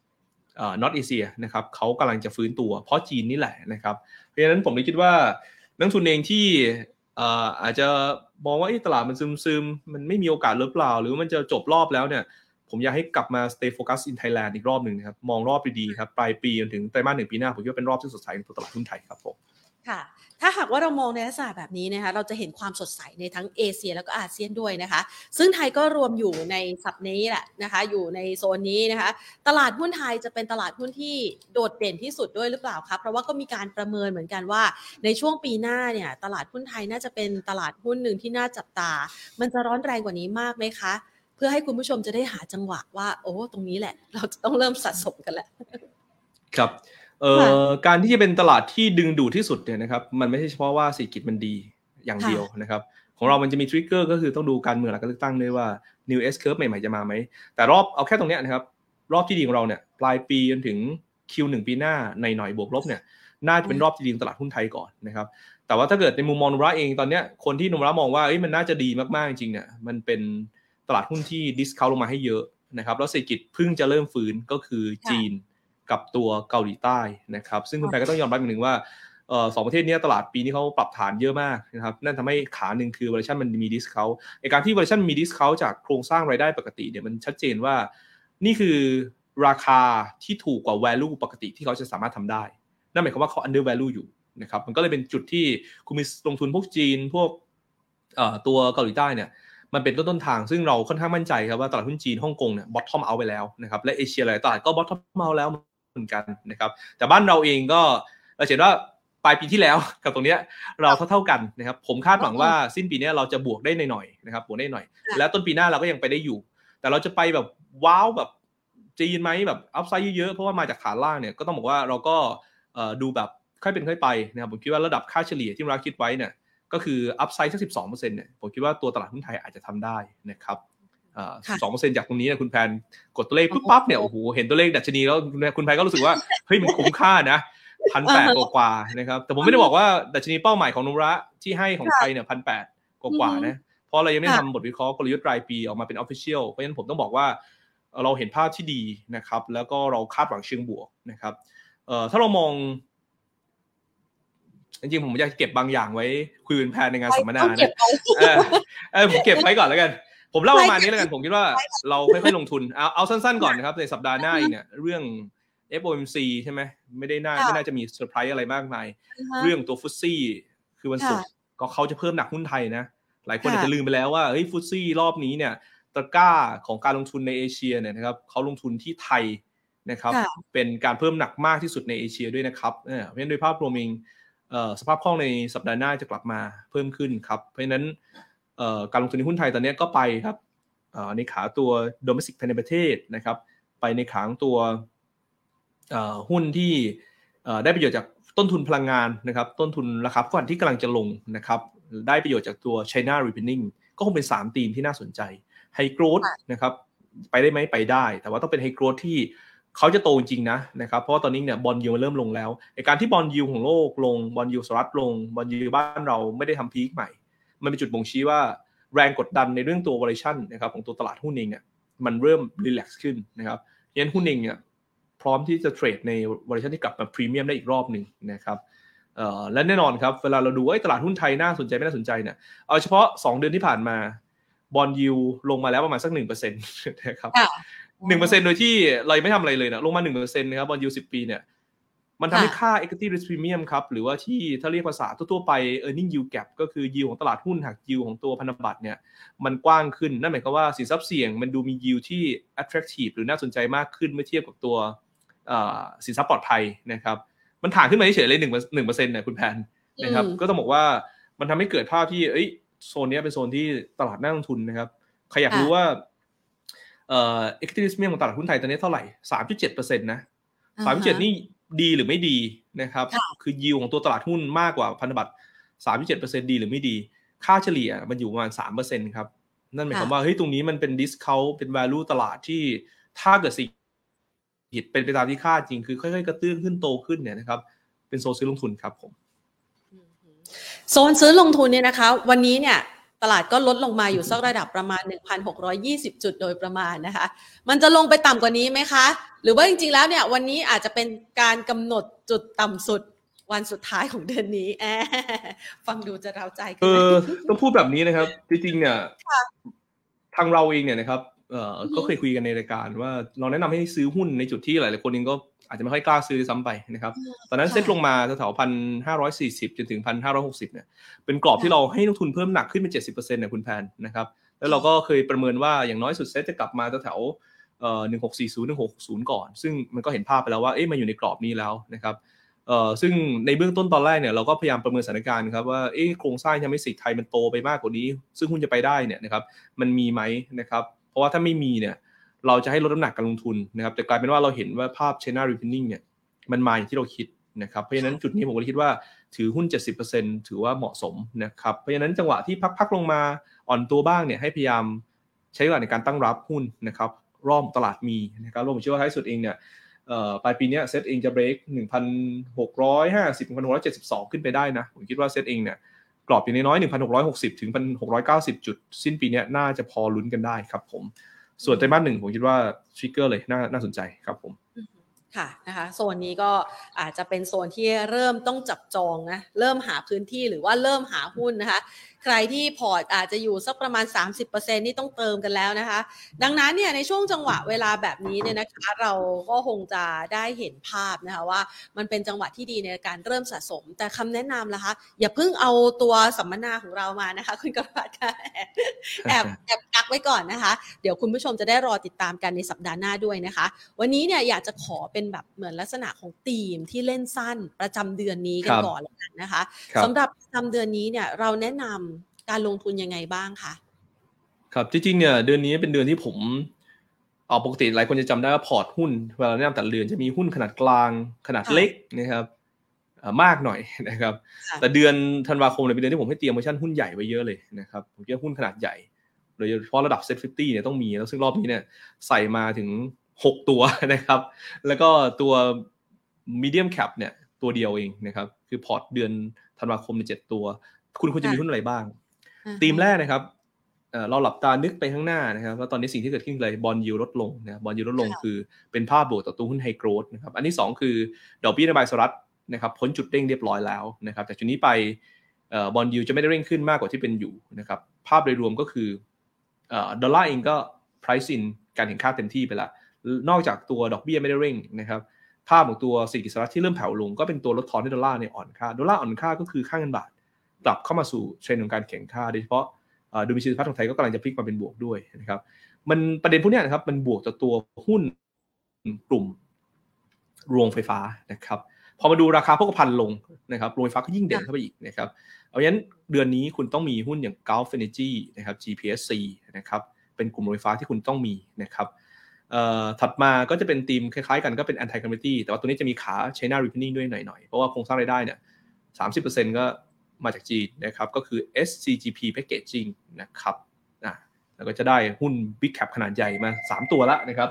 Speaker 2: North Asia นะครับเขากำลังจะฟื้นตัวเพราะจีนนี่แหละนะครับเพราะฉะนั้นผมเลยคิดว่านักทุนเองที่อาจจะมองว่าตลาดมันซึมๆมันไม่มีโอกาสหรือเปล่าหรือมันจะจบรอบแล้วเนี่ยผมอยากให้กลับมา stay focus in Thailand อีกรอบหนึ่งนะครับมองรอบดีๆครับปลายปีจนถึงไตรมาส1ปีหน้าผมคิดว่าเป็นรอบที่สดใสในตลาดหุ้นไทยครับผม
Speaker 1: ค่ะถ้าหากว่าเรามองในลักษณะแบบนี้นะคะเราจะเห็นความสดใสในทั้งเอเชียแล้วก็อาเซียนด้วยนะคะซึ่งไทยก็รวมอยู่ในศัพท์นี้แหละนะคะอยู่ในโซนนี้นะคะตลาดหุ้นไทยจะเป็นตลาดหุ้นที่โดดเด่นที่สุดด้วยหรือเปล่าคะเพราะว่าก็มีการประเมินเหมือนกันว่าในช่วงปีหน้าเนี่ยตลาดหุ้นไทยน่าจะเป็นตลาดหุ้นหนึ่งที่น่าจับตามันจะร้อนแรงกว่านี้มากไหมคะเพื่อให้คุณผู้ชมจะได้หาจังหวะว่าโอ้ตรงนี้แหละเราจะต้องเริ่มสะสมกันแล้ว
Speaker 2: ครับการที่จะเป็นตลาดที่ดึงดูดที่สุดเนี่ยนะครับมันไม่ใช่เฉพาะว่าเศรษฐกิจมันดีอย่างเดียวนะครับของเรามันจะมีทริกเกอร์ก็คือต้องดูการเมืองหลังการเลือกตั้งด้วยว่า New S curve ใหม่ๆจะมาไหมแต่เอาแค่ตรงเนี้ยนะครับรอบที่ดีของเราเนี่ยปลายปีจนถึง Q1 ปีหน้าในหน่อยบวกลบเนี่ยน่าจะเป็นรอบที่ดีของตลาดหุ้นไทยก่อนนะครับแต่ว่าถ้าเกิดในมุมมองนุระเองตอนเนี้ยคนที่นุระมองว่ามันน่าจะดีมากๆจริงๆเนี่ยมันเป็นตลาดหุ้นที่ดิสเคาท์ลงมาให้เยอะนะครับแล้วเศรษฐกิจเพิ่งจะเริ่มฟื้นก็คือจีนกับตัวเกาหลีใต้นะครับซึ่งคุณแพรก็ต้องยอมรับอย่างหนึ่งว่าสองประเทศนี้ตลาดปีนี้เขาปรับฐานเยอะมากนะครับนั่นทำให้ขาหนึ่งคือ valuation มันมี discount ในการที่ valuation มี discount จากโครงสร้างรายได้ปกติเนี่ยมันชัดเจนว่านี่คือราคาที่ถูกกว่า value ปกติที่เขาจะสามารถทำได้นั่นหมายความว่าเขา under value อยู่นะครับมันก็เลยเป็นจุดที่คุณมีลงทุนพวกจีนพวกตัวเกาหลีใต้เนี่ยมันเป็นต้นทางซึ่งเราค่อนข้างมั่นใจครับว่าตลาดหุ้นจีนฮ่องกงเนี่ย bottom out ไปแล้วนะครับและเอเชียหลายตลาดก็ bottom out แล้วเหมือนกันนะครับแต่บ้านเราเองก็เราเห็นว่าปลายปีที่แล้วกับตรงนี้เราเท่ากันนะครับผมคาดหวังว่าสิ้นปีนี้เราจะบวกได้หน่อยนะครับบวกได้หน่อยแล้วต้นปีหน้าเราก็ยังไปได้อยู่แต่เราจะไปแบบว้าวแบบจีนไหมแบบอัพไซด์เยอะๆเพราะว่ามาจากขาล่างเนี่ยก็ต้องบอกว่าเราก็ดูแบบค่อยเป็นค่อยไปนะครับผมคิดว่าระดับค่าเฉลี่ยที่เราคิดไว้เนี่ยก็คืออัพไซด์สัก 12% เนี่ยผมคิดว่าตัวตลาดหุ้นไทยอาจจะทำได้นะครับ2% จากตรงนี้คุณแพนกดตัวเลขปั๊บเนี่ยโอ้โหเห็นตัวเลขดัชนีแล้วคุณแพนก็รู้สึกว่าเฮ้ยมันคุ้มค่านะ 1,800 กว่านะครับแต่ผมไม่ได้บอกว่าดัชนีเป้าหมายของนุระที่ให้ของไทยเนี่ย 1,800 กว่านะเพราะเรายังไม่ทำบทวิเคราะห์กลยุทธ์รายปีออกมาเป็น official เพราะฉะนั้นผมต้องบอกว่าเราเห็นภาพที่ดีนะครับแล้วก็เราคาดหวังเชิงบวกนะครับถ้าเรามองจริงๆผมอยากเก็บบางอย่างไว้คุยเป็นแผนในงานสัมมนานะผมเก็บไว้ก่อนแล้วกันผมเล่าประมาณนี้แล้วกันผมคิดว่าเราค่อยๆลงทุนเอาสั้นๆก่อนนะครับในสัปดาห์หน้าอีกเนี่ยเรื่อง FOMC ใช่ไหมไม่น่าจะมีเซอร์ไพรส์อะไรมากมายเรื่องตัวฟุตซี่คือวันศุกร์ก็เขาจะเพิ่มหนักหุ้นไทยนะหลายคนอาจจะลืมไปแล้วว่าเฮ้ยฟุตซี่รอบนี้เนี่ยตะกร้าของการลงทุนในเอเชียเนี่ยนะครับเขาลงทุนที่ไทยนะครับเป็นการเพิ่มหนักมากที่สุดในเอเชียด้วยนะครับเพราะฉะนั้นโดยภาพรวมเองสภาพคล่องในสัปดาห์หน้าจะกลับมาเพิ่มขึ้นครับเพราะฉะนั้นการลงทุนในหุ้นไทยตอนนี้ก็ไปครับในขาตัว domestic ภายในประเทศนะครับไปในขาตัวหุ้นที่ได้ประโยชน์จากต้นทุนพลังงานนะครับต้นทุนราคาพลังงานที่กำลังจะลงนะครับได้ประโยชน์จากตัว China Reopening ก็คงเป็น3ธีมที่น่าสนใจ High Growth นะครับไปได้ไหมไปได้แต่ว่าต้องเป็น High Growth ที่เขาจะโตจริงนะครับเพราะว่าตอนนี้เนี่ยบอนด์ยิลด์เริ่มลงแล้วการที่บอนด์ยิลด์ของโลกลงบอนด์ยิลด์สหรัฐลงบอนด์ยิลด์บ้านเราไม่ได้ทำพีคใหม่มันเป็นจุดบ่งชี้ว่าแรงกดดันในเรื่องตัว valuation นะครับของตัวตลาดหุ้นเองเนี่ยมันเริ่ม relax ขึ้นนะครับยันหุ้นเองเนี่ยพร้อมที่จะเทรดใน valuation ที่กลับมาพรีเมียมได้อีกรอบนึงนะครับและแน่นอนครับเวลาเราดูว่าตลาดหุ้นไทยน่าสนใจไม่น่าสนใจเนี่ยเอาเฉพาะ2เดือนที่ผ่านมาบอนด์ยิลด์ลงมาแล้วประมาณสัก 1% นะครับ1% โดยที่เราไม่ทำอะไรเลยนะลงมา 1% นะครับบอนด์ยิลด์10 ปีเนี่ยมันทำให้ค่า equity risk premium ครับหรือว่าที่ถ้าเรียกภาษาทั่วๆไป earning yield gap ก็คือ yield ของตลาดหุ้นหัก yield ของตัวพันธบัตรเนี่ยมันกว้างขึ้นนั่นหมายความว่าสินทรัพย์เสี่ยงมันดูมี yield ที่ attractive หรือน่าสนใจมากขึ้นเมื่อเทียบกับตัวสินทรัพย์ปลอดภัยนะครับมันถ่างขึ้นมาเฉยๆเลย 1% นะคุณแพนนะครับก็ต้องบอกว่ามันทำให้เกิดภาพที่โซนนี้เป็นโซนที่ตลาดน่าลงทุนนะครับใครอยากรู้ว่าequity risk premium ของตลาดหุ้นไทยตอนนี้เท่าไหร่ 3.7% นะ 3.7 นี่ดีหรือไม่ดีนะครับคือ yield ของตัวตลาดหุ้นมากกว่าพันธบัตร 3.7% ดีหรือไม่ดีค่าเฉลี่ยมันอยู่ประมาณ 3% ครับนั่นหมายความว่าเฮ้ยตรงนี้มันเป็น discount เป็น value ตลาดที่ถ้าเกิดสิ่งผิดเป็นไปตามที่คาดจริงคือค่อยๆกระเตื้องขึ้นโตขึ้นเนี่ยนะครับเป็นโซนซื้อลงทุนครับผม
Speaker 1: โซนซื้อลงทุนเนี่ยนะคะวันนี้เนี่ยตลาดก็ลดลงมาอยู่สักระดับประมาณ 1,620 จุดโดยประมาณนะคะมันจะลงไปต่ำกว่านี้ไหมคะหรือว่าจริงๆแล้วเนี่ยวันนี้อาจจะเป็นการกำหนดจุดต่ำสุดวันสุดท้ายของเดือนนี้ฟังดูจะเร้าใจขึ้น
Speaker 2: ต้องพูดแบบนี้นะครับจริงๆเนี่ยทางเราเองเนี่ยนะครับก็เคยคุยกันในรายการว่าเราแนะนำให้ซื้อหุ้นในจุดที่หลายๆคนเองก็อาจจะไม่ค่อยกล้าซื้อซ้ำไปนะครับตอนนั้นเซ็ตลงมาแถวๆ 1,540 จนถึง 1,560 เนี่ยเป็นกรอบที่เราให้นักทุนเพิ่มหนักขึ้นเป็น 70% เนี่ยคุณแพนนะครับแล้วเราก็เคยประเมินว่าอย่างน้อยสุดเซ็ตจะกลับมาแถวๆ1640 1660 ก่อนซึ่งมันก็เห็นภาพไปแล้วว่ามันอยู่ในกรอบนี้แล้วนะครับซึ่งในเบื้องต้นตอนแรกเนี่ยเราก็พยายามประเมินสถานการณ์ครับว่าโครงสร้างทำให้เศรษฐกิจไทยมันโตไปมากกว่านี้ซึ่งหุ้นจะไปได้เนี่ยนะครับมันมีไหมนะครับเพราะว่าถ้าไม่มีเนี่ยเราจะให้ลดน้ำหนักการลงทุนนะครับแต่กลายเป็นว่าเราเห็นว่าภาพ China Reopening เนี่ยมันมาอย่างที่เราคิดนะครับเพราะฉะนั้นจุดนี้ผมก็คิดว่าถือหุ้น 70% ถือว่าเหมาะสมนะครับเพราะฉะนั้นจังหวะที่พักลงมาอ่อนตัวบ้างเนี่ยให้พยายามใช้เวลาในการตั้งรับหุ้นนะครับรอบตลาดมีนะครับผมเชื่อว่าท้ายสุดเองเนี่ยปลายปีนี้เซตเองจะเบรก 1,650 1,672 ขึ้นไปได้นะผมคิดว่าเซตเองเนี่ยกรอบอย่างน้อย 1,660 ถึง 1,690 จุดสิ้นปีนี้น่าจะพอลุ้นกันได้ครับผมส่วนไตรมาส 1ผมคิดว่าทริกเกอร์เลยน่าสนใจครับผม
Speaker 1: ค่ะนะคะโซนนี้ก็อาจจะเป็นโซนที่เริ่มต้องจับจองนะเริ่มหาพื้นที่หรือว่าเริ่มหาหุ้นนะคะใครที่พอร์ตอาจจะอยู่สักประมาณ 30% นี่ต้องเติมกันแล้วนะคะดังนั้นเนี่ยในช่วงจังหวะเวลาแบบนี้เนี่ยนะคะเราก็คงจะได้เห็นภาพนะคะว่ามันเป็นจังหวะที่ดีในการเริ่มสะสมแต่คำแนะนำล่ะคะอย่าเพิ่งเอาตัวสัมมนาของเรามานะคะคุณกรพัฒน์ค่ะแอบกักไว้ก่อนนะคะเดี๋ยวคุณผู้ชมจะได้รอติดตามกันในสัปดาห์หน้าด้วยนะคะวันนี้เนี่ยอยากจะขอเป็นแบบเหมือนลักษณะของธีมที่เล่นสั้นประจำเดือนนี้กันก่อนแล้วกันนะคะสำหรับประจำเดือนนี้เนี่ยเราแนะนำการลงทุนยังไงบ้างคะ
Speaker 2: ครับจริงๆเนี่ยเดือนนี้เป็นเดือนที่ผมปกติหลายคนจะจำได้ว่าพอร์ตหุ้นเวลาแนะนำแต่ละเดือนจะมีหุ้นขนาดกลางขนาดเล็กนะครับมากหน่อยนะครับแต่เดือนธันวาคมเนี่ยเป็นเดือนที่ผมให้เตรียมโพซิชั่นหุ้นใหญ่ไว้เยอะเลยนะครับผมคิดว่าหุ้นขนาดใหญ่โดยเฉพาะระดับ Set 50เนี่ยต้องมีแล้วซึ่งรอบนี้เนี่ยใส่มาถึง6ตัวนะครับแล้วก็ตัว medium cap เนี่ยตัวเดียวเองนะครับคือพอร์ตเดือนธันวาคมเนี่ย7ตัวคุณควรจะมีหุ้นอะไรบ้างธีมแรกนะครับเราหลับตานึกไปข้างหน้านะครับว่าตอนนี้สิ่งที่เกิดขึ้นเลยบอนด์ยิลด์ลดลงนะบอนด์ยิลด์ลดลงคือเป็นภาพบวกต่อตัวหุ้นไฮโกรทนะครับอันที่2คือดอกเบี้ยนโยบายสหรัฐนะครับพ้นจุดเร่งเรียบร้อยแล้วนะครับจากจุดนี้ไปบอนด์ยิลด์จะไม่ได้เร่งขึ้นมากกว่าที่เป็นอยู่นะครับภาพโดยรวมก็คือดอลลาร์เองก็ price in การแข่งข้าเต็มที่ไปแล้วนอกจากตัวดอกเบี้ยไม่ได้เร่งนะครับภาพของตัวเศรษฐกิจสหรัฐที่เริ่มแผ่วลงก็เป็นตัวลดทอนให้ดอลลาร์เนี่ยอ่อนค่าดอลลาร์อ่อนค่าก็คือค่าเงินบาทกลับเข้ามาสู่เทรนด์ของการแข่งค่าโดยเฉพาะดูมีชีวิตของไทยก็กำลังจะพลิกมาเป็นบวกด้วยนะครับมันประเด็นพวกนี้นะครับมันบวกต่อตัวหุ้นกลุ่มโรงไฟฟ้านะครับพอมาดูราคาโภคภัณฑ์ลงนะครับโรงไฟฟ้าก็ยิ่งเด่นเข้าไปอีกนะครับเอางั้นเดือนนี้คุณต้องมีหุ้นอย่าง Gulf Energy นะครับ GPSC นะครับเป็นกลุ่มโรงไฟฟ้าที่คุณต้องมีนะครับถัดมาก็จะเป็นธีมคล้ายๆกันก็เป็น Anti Commodity แต่ว่าตัวนี้จะมีขา China Reopening ด้วยหน่อยๆเพราะว่าโครงสร้างรายได้เนี่ย 30% ก็มาจากจีนนะครับก็คือ SCGP Packaging นะครับแล้วก็จะได้หุ้น Big Cap ขนาดใหญ่มา3ตัวแล้วนะครับ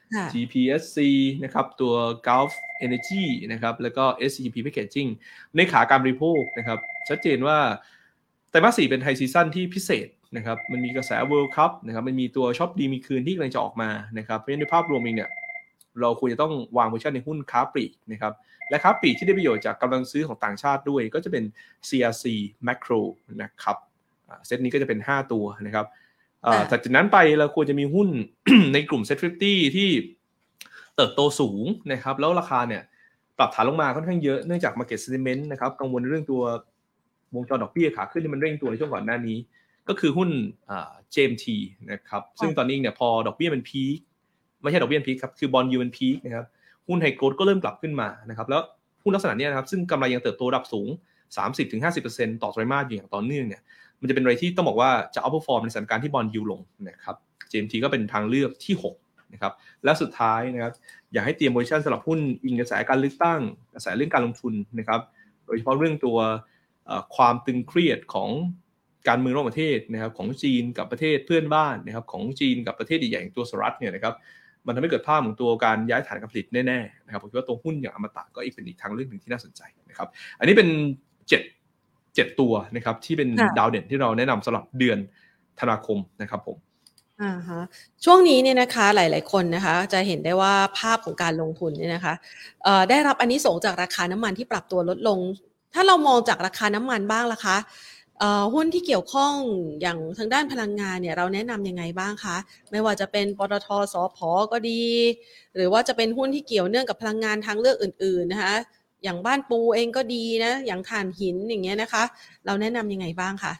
Speaker 2: GPSC นะครับตัว Gulf Energy นะครับแล้วก็ SCGP Packaging ในขาการบริโภคนะครับชัดเจนว่าไตรมาส 4เป็นไฮซีซั่นที่พิเศษนะครับมันมีกระแส World Cup นะครับมันมีตัวช็อปดีมีคืนที่กำลังจะออกมานะครับเพราะฉะนั้นในภาพรวมเองเนี่ยเราควรจะต้องวางโพซิชั่นในหุ้นค้าปลีกนะครับและค้าปลีกที่ได้ประโยชน์จากกำลังซื้อของต่างชาติด้วยก็จะเป็น CRC Macro นะครับเซตนี้ก็จะเป็น5ตัวนะครับจากนั้นไปเราควรจะมีหุ้น ในกลุ่ม Set 50ที่เติบโตสูงนะครับแล้วราคาเนี่ยปรับฐานลงมาค่อนข้างเยอะเนื่องจาก market sentiment นะครับกังวลเรื่องตัววงจรดอกเบี้ยขาขึ้นที่มันเร่งตัวในช่วงก่อนหน้านี้ก็คือหุ้นJMT นะครับซึ่งตอนนี้เนี่ยพอดอกเบี้ยมันพีคไม่ใช่ดอกเบี้ยพีคครับคือบอนด์ยิลด์มันพีคนะครับหุ้นไฮโกรทก็เริ่มกลับขึ้นมานะครับแล้วหุ้นลักษณะนี้นะครับซึ่งกำไรยังเติบโตระดับสูง 30-50% ต่อไตรมาสอยู่อย่างต่อเนื่องเนี่ยมันจะเป็นอะไรที่ต้องบอกว่าจะ outperform ในสถานการณ์ที่บอนด์ยิลด์ลงนะครับ JMT ก็เป็นทางเลือกที่6นะครับและสุดท้ายนะครับอยากให้เตรียมโพซิชั่นสำหรับหุ้นอิงกระแสการเลือกตั้งกระแสเรื่องการลงทุนนะครับโดยเฉพาะเรื่องตัวความตึงเครียดของการเมืองระหว่างประเทศนะครับของจีนกับประเทศเพื่อนบ้านนะครับของจีนกับประเทศใหญ่ๆอย่างตัวสหรัฐเนี่ยนะครับมันทำให้เกิดภาพของตัวการย้ายฐานการผลิตแน่ๆนะครับผมคิดว่าตัวหุ้นอย่างอมตะก็เป็นอีกทางเลือกหนึ่งที่น่าสนใจนะครับอันนี้เป็น7ตัวนะครับที่เป็นดาวเด่นที่เราแนะนำสำหรับเดือนธันวาคมนะครับผม
Speaker 1: ช่วงนี้เนี่ยนะคะหลายๆคนนะคะจะเห็นได้ว่าภาพของการลงทุนเนี่ยนะคะได้รับอานิสงส์จากราคาน้ำมันที่ปรับตัวลดลงถ้าเรามองจากราคาน้ำมันบ้างล่ะคะหุ้นที่เกี่ยวข้องอย่างทางด้านพลังงานเนี่ยเราแนะนำยังไงบ้างคะไม่ว่าจะเป็นปตท.สผ.ก็ดีหรือว่าจะเป็นหุ้นที่เกี่ยวเนื่องกับพลังงานทางเลือกอื่นๆนะคะอย่างบ้านปูเองก็ดีนะอย่างถ่านหินอย่างเงี้ยนะคะเราแนะนำยังไงบ้างคะ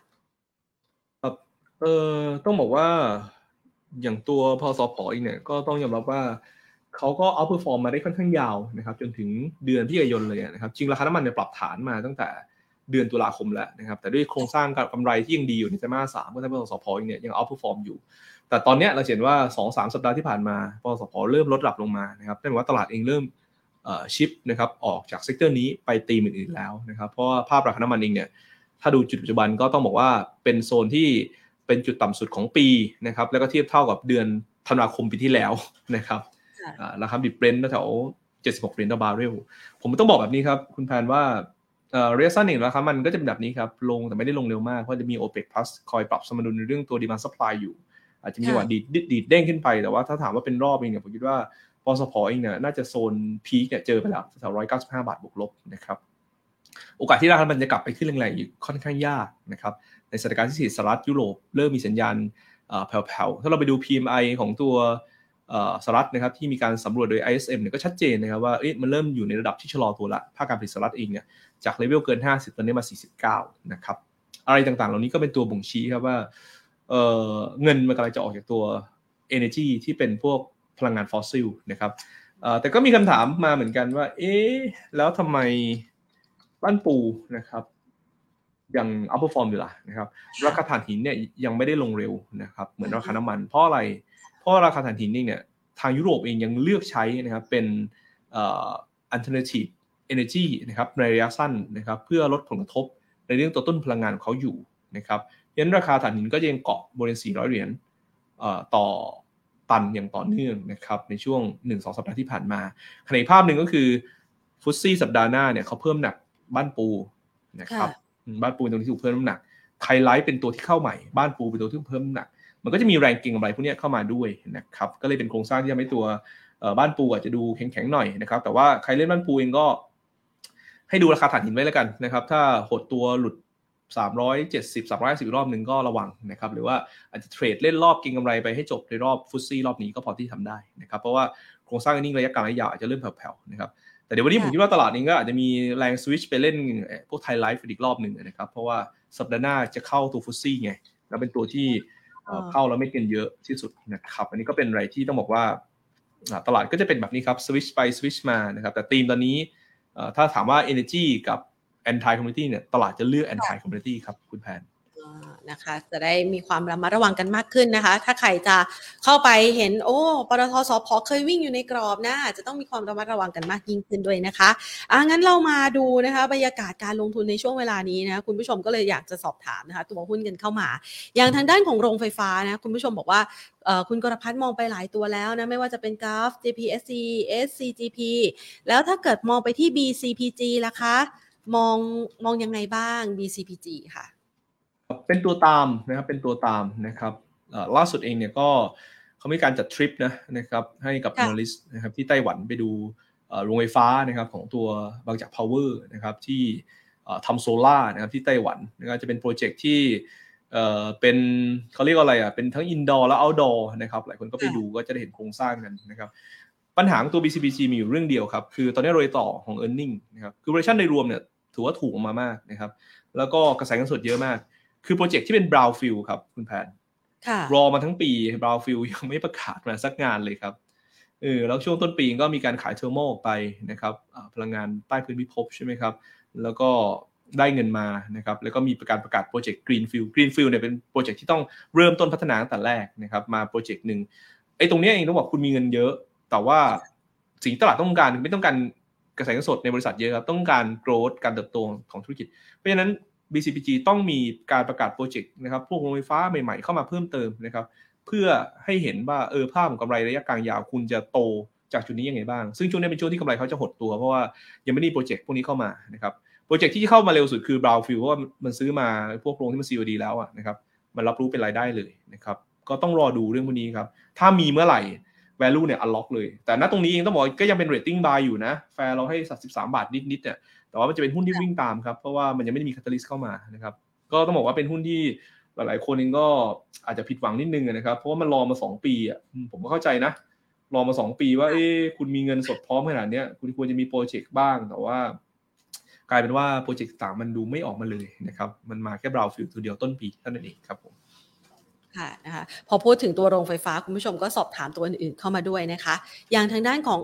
Speaker 2: ต้องบอกว่าอย่างตัวพสผ.เองเนี่ยก็ต้องยอมรับว่าเขาก็ outperform มาได้ค่อนข้างยาวนะครับจนถึงเดือนพฤศจิกายนเลยนะครับจริงราคาน้ำมันเนี่ยปรับฐานมาตั้งแต่เดือนตุลาคมแล้วนะครับแต่ด้วยโครงสร้างกำไรที่ยังดีอยู่ในไตรมาส 3ก็ทำให้พสผ.เองเนี่ยยัง outperform อยู่แต่ตอนนี้เราเห็นว่า 2-3 สัปดาห์ที่ผ่านมาพสผ.เริ่มลดระดับลงมานะครับนั่นหมายว่าตลาดเองเริ่มชิฟนะครับออกจากเซกเตอร์นี้ไปธีมอื่นๆแล้วนะครับเพราะว่าภาพราคาน้ำมันเองเนี่ยถ้าดูจุดปัจจุบันก็ต้องบอกว่าเป็นโซนที่เป็นจุดต่ำสุดของปีนะครับแล้วก็เทียบเท่ากับเดือนธันวาคมปีที่แล้วนะครับราคาดิบเบรนท์แถว$76ต่อบาร์เรลผมต้องบอกแบบนี้ครับคุณแพนว่าระยะสั้นเองนะครับมันก็จะเป็นแบบนี้ครับลงแต่ไม่ได้ลงเร็วมากเพราะจะมี OPEC Plus คอยปรับสมดุลในเรื่องตัว demand supply อยู่อาจจะมีจังหวะดีดเด้งขึ้นไปแต่ว่าถ้าถามว่าเป็นรอบเองเนี่ยผมคิดว่าปสผ.เองเนี่ยน่าจะโซนพีคเนี่ยเจอไปแล้วแถว$195บวกลบนะครับโอกาสที่ราคามันจะกลับไปขึ้นแรงๆอีกค่อนข้างยากนะครับในสถานการณ์ที่สหรัฐยุโรปเริ่มมีสัญญาณแผ่วๆถ้าเราไปดู PMI ของตัวสหรัฐนะครับที่มีการสำรวจโดย ISM เนี่ยก็ชัดเจนนะครับว่ามันเริ่มอยู่ในระดับที่ชะลอตัวละภาคการผลิตสหรัฐเองเนี่ยจากเลเวลเกิน50ตอนนี้มา49นะครับอะไรต่างๆเหล่านี้ก็เป็นตัวบ่งชี้ครับว่าเงินมันกำลังจะออกจากตัว energy ที่เป็นพวกพลังงานฟอสซิลนะครับแต่ก็มีคำถามมาเหมือนกันว่าแล้วทำไมบ้านปูนะครับยัง outperform อยู่ล่ะนะครับราคาถ่านหินเนี่ยยังไม่ได้ลงเร็วนะครับเหมือนราคาน้ำมันเพราะอะไรเพราะราคาถ่านหินเนี่ยทางยุโรปเองยังเลือกใช้นะครับเป็นalternative energy นะครับในระยะสั้นนะครับเพื่อลดผลกระทบในเรื่องตัวต้นพลังงานของเขาอยู่นะครับเพราะฉะนั้นราคาถ่านหินก็ยังเกาะบริเวณ$400ต่อตันอย่างต่อเนื่องนะครับในช่วง 1-2 สัปดาห์ที่ผ่านมาขณะอีกภาพหนึ่งก็คือฟุตซี่สัปดาห์หน้าเนี่ยเขาเพิ่มหนักบ้านปูนะครับบ้านปูเป็นตัวที่ถูกเพิ่มน้ำหนักไทยไลท์เป็นตัวที่เข้าใหม่บ้านปูเป็นตัวที่เพิ่มน้ำหนักมันก็จะมีแรงเก็งกำไรพวกนี้เข้ามาด้วยนะครับก็เลยเป็นโครงสร้างที่ทำให้ตัวบ้านปูอาจจะดูแข็งๆหน่อยนะครับแต่ว่าใครเล่นบ้านปูเองก็ให้ดูราคาถ่านหินไว้แล้วกันนะครับถ้าหดตัวหลุด370 350รอบนึงก็ระวังนะครับหรือว่าอาจจะเทรดเล่นรอบเก็งกำไรไปให้จบในรอบฟุตซี่รอบนี้ก็พอที่ทำได้นะครับเพราะว่าโครงสร้างนี้ระยะกลางระยะยาวอาจจะเริ่มแผ่วๆนะครับแต่เดี๋ยววันนี้ผมคิดว่าตลาดนี้ก็อาจจะมีแรงสวิตช์ไปเล่นพวกไทยไลฟ์อีกรอบนึงนะครับเพราะว่าสัปดาห์หน้าจะเข้าตัวฟุตซี่ไงแล้วเป็นตัวที่เข้าแล้วไม่เกินเยอะที่สุดนะครับอันนี้ก็เป็นอะไรที่ต้องบอกว่าตลาดก็จะเป็นแบบนี้ครับสวิตช์ไปสวิตช์มานะครับแต่ธีมตอนนี้ถ้าถามว่า energy กับ anti commodity เนี่ยตลาดจะเลือก anti commodity ครับคุณแพน
Speaker 1: นะคะจะได้มีความระมัดระวังกันมากขึ้นนะคะถ้าใครจะเข้าไปเห็นปตท.สผ.เคยวิ่งอยู่ในกรอบนะจะต้องมีความระมัดระวังกันมากยิ่งขึ้นด้วยนะคะงั้นเรามาดูนะคะบรรยากาศการลงทุนในช่วงเวลานี้นะคุณผู้ชมก็เลยอยากจะสอบถามนะคะตัวหุ้นกันเข้ามาอย่างทางด้านของโรงไฟฟ้านะคุณผู้ชมบอกว่าคุณกรพัฒน์มองไปหลายตัวแล้วนะไม่ว่าจะเป็น GAF JPSC SCGP แล้วถ้าเกิดมองไปที่ BCPG ล่ะคะมองยังไงบ้าง BCPG ค่ะ
Speaker 2: เป็นตัวตามนะครับเป็นตัวตามนะครับล่าสุดเองเนี่ยก็เขามีการจัดทริปนะครับให้กับ analyst นะครับที่ไต้หวันไปดูโรงไฟฟ้านะครับของตัวบางจากพาวเวอร์นะครับที่ทำโซล่านะครับที่ไต้หวันนะครับจะเป็นโปรเจกต์ที่เป็นเขาเรียกว่าอะไรเป็นทั้งอินดอร์และเอาท์ดอร์นะครับหลายคนก็ไปดูก็จะได้เห็นโครงสร้างกันนะครับไปปัญหาของตัว BCBG มีอยู่เรื่องเดียวครับคือตอนนี้รายต่อของ earning นะครับคือ valuation ในรวมเนี่ยถือว่าถูกออกมามากนะครับแล้วก็กระแสเงินสดเยอะมากคือโปรเจกต์ที่เป็น brownfield ครับคุณแพนรอมาทั้งปี brownfield ยังไม่ประกาศมาสักงานเลยครับแล้วช่วงต้นปีก็มีการขายเทอร์โมไปนะครับพลังงานใต้พื้นพิภพใช่ไหมครับแล้วก็ได้เงินมานะครับแล้วก็มีประกาศโปรเจกต์ Greenfield เนี่ยเป็นโปรเจกต์ที่ต้องเริ่มต้นพัฒนาตั้งแต่แรกนะครับมาโปรเจกต์นึงตรงนี้เองต้องบอกคุณมีเงินเยอะแต่ว่าสิ่งตลาดต้องการไม่ต้องการกระแสเงินสดในบริษัทเยอะครับต้องการ growth การเติบโตของธุรกิจเพราะฉะนั้น BCPG ต้องมีการประกาศโปรเจกต์นะครับพวกโรงไฟฟ้าใหม่ๆเข้ามาเพิ่มเติมนะครับเพื่อให้เห็นว่าภาพของกำไรระยะกลางยาวคุณจะโตจากจุดนี้ยังไงบ้างซึ่งช่วงนี้เป็นช่วงที่กำไรเขาจะหดตัวเพราะว่ายังไม่มีโปรเจกต์พวกนี้เข้ามานะครับโปรเจกต์ที่เข้ามาเร็วสุดคือ brownfield เพราะว่ามันซื้อมาพวกโรงที่มัน COD แล้วนะครับมันรับรู้เป็นรายได้เลยนะครับก็ต้องรอดูเรื่องพวกนี้ครับถ้ามีเมื่อไหร่ value เนี่ย unlock เลยแต่ณตรงนี้เองต้องบอกก็ยังเป็น rating buy อยู่นะแฟร์เราให้13 บาทนิดๆเนี่ยแต่ว่ามันจะเป็นหุ้นที่วิ่งตามครับเพราะว่ามันยังไม่ได้มี catalyst เข้ามานะครับก็ต้องบอกว่าเป็นหุ้นที่หลายๆคนเองก็อาจจะผิดหวังนิดนึงนะครับเพราะว่ามันรอมา2ปีอ่ะผมก็เข้าใจนะรอมา2ปีว่าคุณมีเงินสดพร้อมขนาดนี้คุณควรจะมีโปรเจกต์บ้างแต่ว่ากลายเป็นว่าโปรเจกต์ต่างมันดูไม่ออกมาเลยนะครับมันมาแค่ brownfield ตัวเดียวต้นปีเท่านั้นเองครับผม
Speaker 1: ค่ะนะคะพอพูดถึงตัวโรงไฟฟ้าคุณผู้ชมก็สอบถามตัวอื่นๆเข้ามาด้วยนะคะอย่างทางด้านของ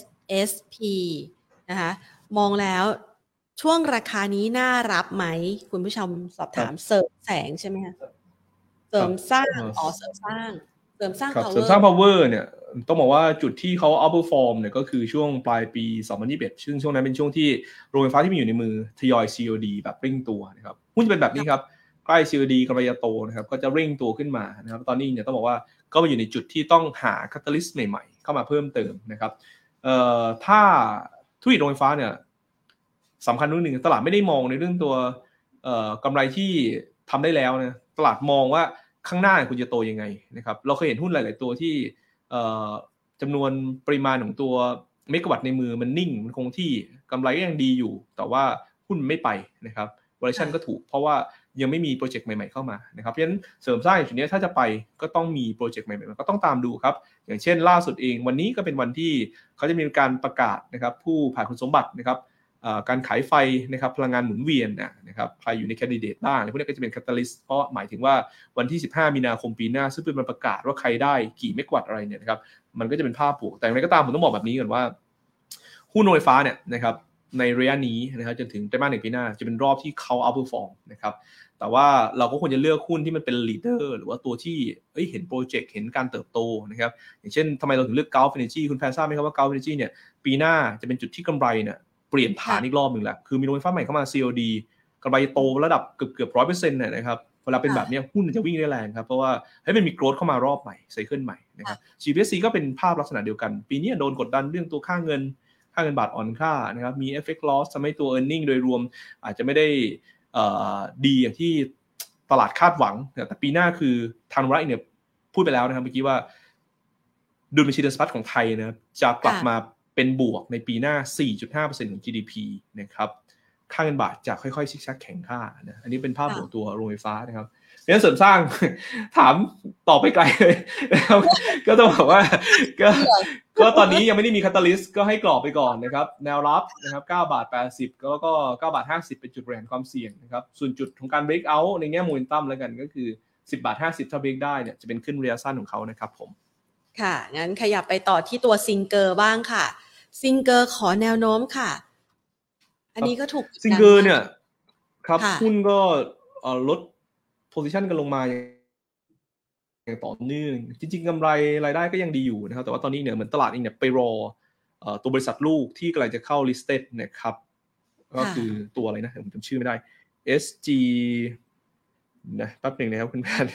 Speaker 1: SSP นะคะมองแล้วช่วงราคานี้น่ารับไหมคุณผู้ชมสอบถามเสริมแสงใช่ไหมคะเสริมสร้างเสริมสร้าง power
Speaker 2: เสริมสร้าง power เนี่ยต้องบอกว่าจุดที่เขา outperform เนี่ยก็คือช่วงปลายปี2021ซึ่งช่วงนั้นเป็นช่วงที่โรงไฟฟ้าที่มีอยู่ในมือทยอย COD แบบเร่งตัวนะครับหุ้นจะเป็นแบบนี้ครับใกล้ COD กำลังจะโตนะครับก็จะเร่งตัวขึ้นมานะครับตอนนี้เนี่ยต้องบอกว่าก็มาอยู่ในจุดที่ต้องหา catalyst ใหม่ๆเข้ามาเพิ่มเติมนะครับถ้าธุรกิจโรงไฟฟ้าเนี่ยสำคัญเรื่องนึงตลาดไม่ได้มองในเรื่องตัวกำไรที่ทำได้แล้วนะตลาดมองว่าข้างหน้าคุณจะโตยังไงนะครับเราเคยเห็นหุ้นหลายๆตัวที่จำนวนปริมาณของตัวเมกะวัตต์ในมือมันนิ่งมันคงที่กำไรก็ยังดีอยู่แต่ว่าหุ้นไม่ไปนะครับ valuation ก็ถูกเพราะว่ายังไม่มีโปรเจกต์ใหม่ๆเข้ามานะครับเพราะฉะนั้นเสริมสร้างอย่างนี้ถ้าจะไปก็ต้องมีโปรเจกต์ใหม่ๆก็ต้องตามดูครับอย่างเช่นล่าสุดเองวันนี้ก็เป็นวันที่เขาจะมีการประกาศนะครับผู้ผ่านคุณสมบัตินะครับการขายไฟนะครับพลังงานหมุนเวียนนะครับใครอยู่ในแคนดิเดตบ้างพวกนี้ก็จะเป็นแคตตาลิสต์เพราะหมายถึงว่าวันที่15มีนาคมปีหน้าซึ่งเป็นวันประกาศว่าใครได้กี่เมกะวัตต์อะไรเนี่ยนะครับมันก็จะเป็นภาพบวกแต่อย่างไรก็ตามผมต้องบอกแบบนี้ก่อนว่าหุ้นโรงไฟฟ้าเนี่ยนะครับในระยะนี้นะครับจนถึงไตรมาส1ปีหน้าจะเป็นรอบที่เขา outperform นะครับแต่ว่าเราก็ควรจะเลือกหุ้นที่มันเป็น leader หรือว่าตัวที่เห็นโปรเจกต์เห็นการเติบโตนะครับอย่างเช่นทำไมเราถึงเลือก Gulf Energy คุณแพนทราบไหมครับว่า Gulf Energy เนี่ยปีหน้าจะเป็นจุดที่กำไรเนี่ยเปลี่ยนฐานอีกรอบหนึ่งแหละคือมีโรงไฟฟ้าใหม่เข้ามา COD กำไรโตระดับเกือบ 100% นะครับเวลาเป็นแบบนี้หุ้นจะวิ่งได้แรงครับเพราะว่ามันมี growth เข้ามารอบใหม่ไซเคิลใหม่นะครับ GPSC ก็เป็นภาพลักษณะเดียวกันปีนี้โดนกดดันเรื่องตัวค่าเงินบาทอ่อนค่านะครับมี FX loss ทำให้ตัว earning โดยรวมอาจจะไม่ได้ดีอย่างที่ตลาดคาดหวังแต่ปีหน้าคือทางรัฐเนี่ยพูดไปแล้วนะครับเมื่อกี้ว่าดุลบัญชีเดินสะพัดของไทยนะครับจะกลับมาเป็นบวกในปีหน้า 4.5% ของ GDP นะครับค่าเงินบาทจะค่อยๆซิกแซกแข็งค่านะอันนี้เป็นภาพของตัวโรงไฟฟ้านะครับเรื่องเสริมสร้างถามต่อไปไกลเลยนะครับก็ต้องบอกว่าก็ตอนนี้ยังไม่ได้มีคาตาลิสต์ก็ให้กรอบไปก่อนนะครับแนวรับนะครับ9.80 แล้วก็9.50 เป็นจุดบริหารความเสี่ยงนะครับส่วนจุดของการ break out ในแง่โมเมนตัมแล้วกันก็คือ10.50 ถ้า break ได้เนี่ยจะเป็นขึ้นระยะสั้นของเขานะครับผม
Speaker 1: ค่ะงั้นขยับไปต่อที่ตัวซิงเกอร์บ้างค่ะซิงเกอร์ขอแนวโน้มค่ะอันนี้ก็ถูก
Speaker 2: ซิงเกอร์เนี่ยครับหุ้นก็ลดposition กันลงมาอย่างต่อเนื่องจริงๆกำไรรายได้ก็ยังดีอยู่นะครับแต่ว่าตอนนี้เนี่ยเหมือนตลาดเองเนี่ยไปรอตัวบริษัทลูกที่กำลังจะเข้า listed นะครับก็คือตัวอะไรนะผมจำชื่อไม่ได้ SG นะแป๊บนึงนะครับคุณแพทย์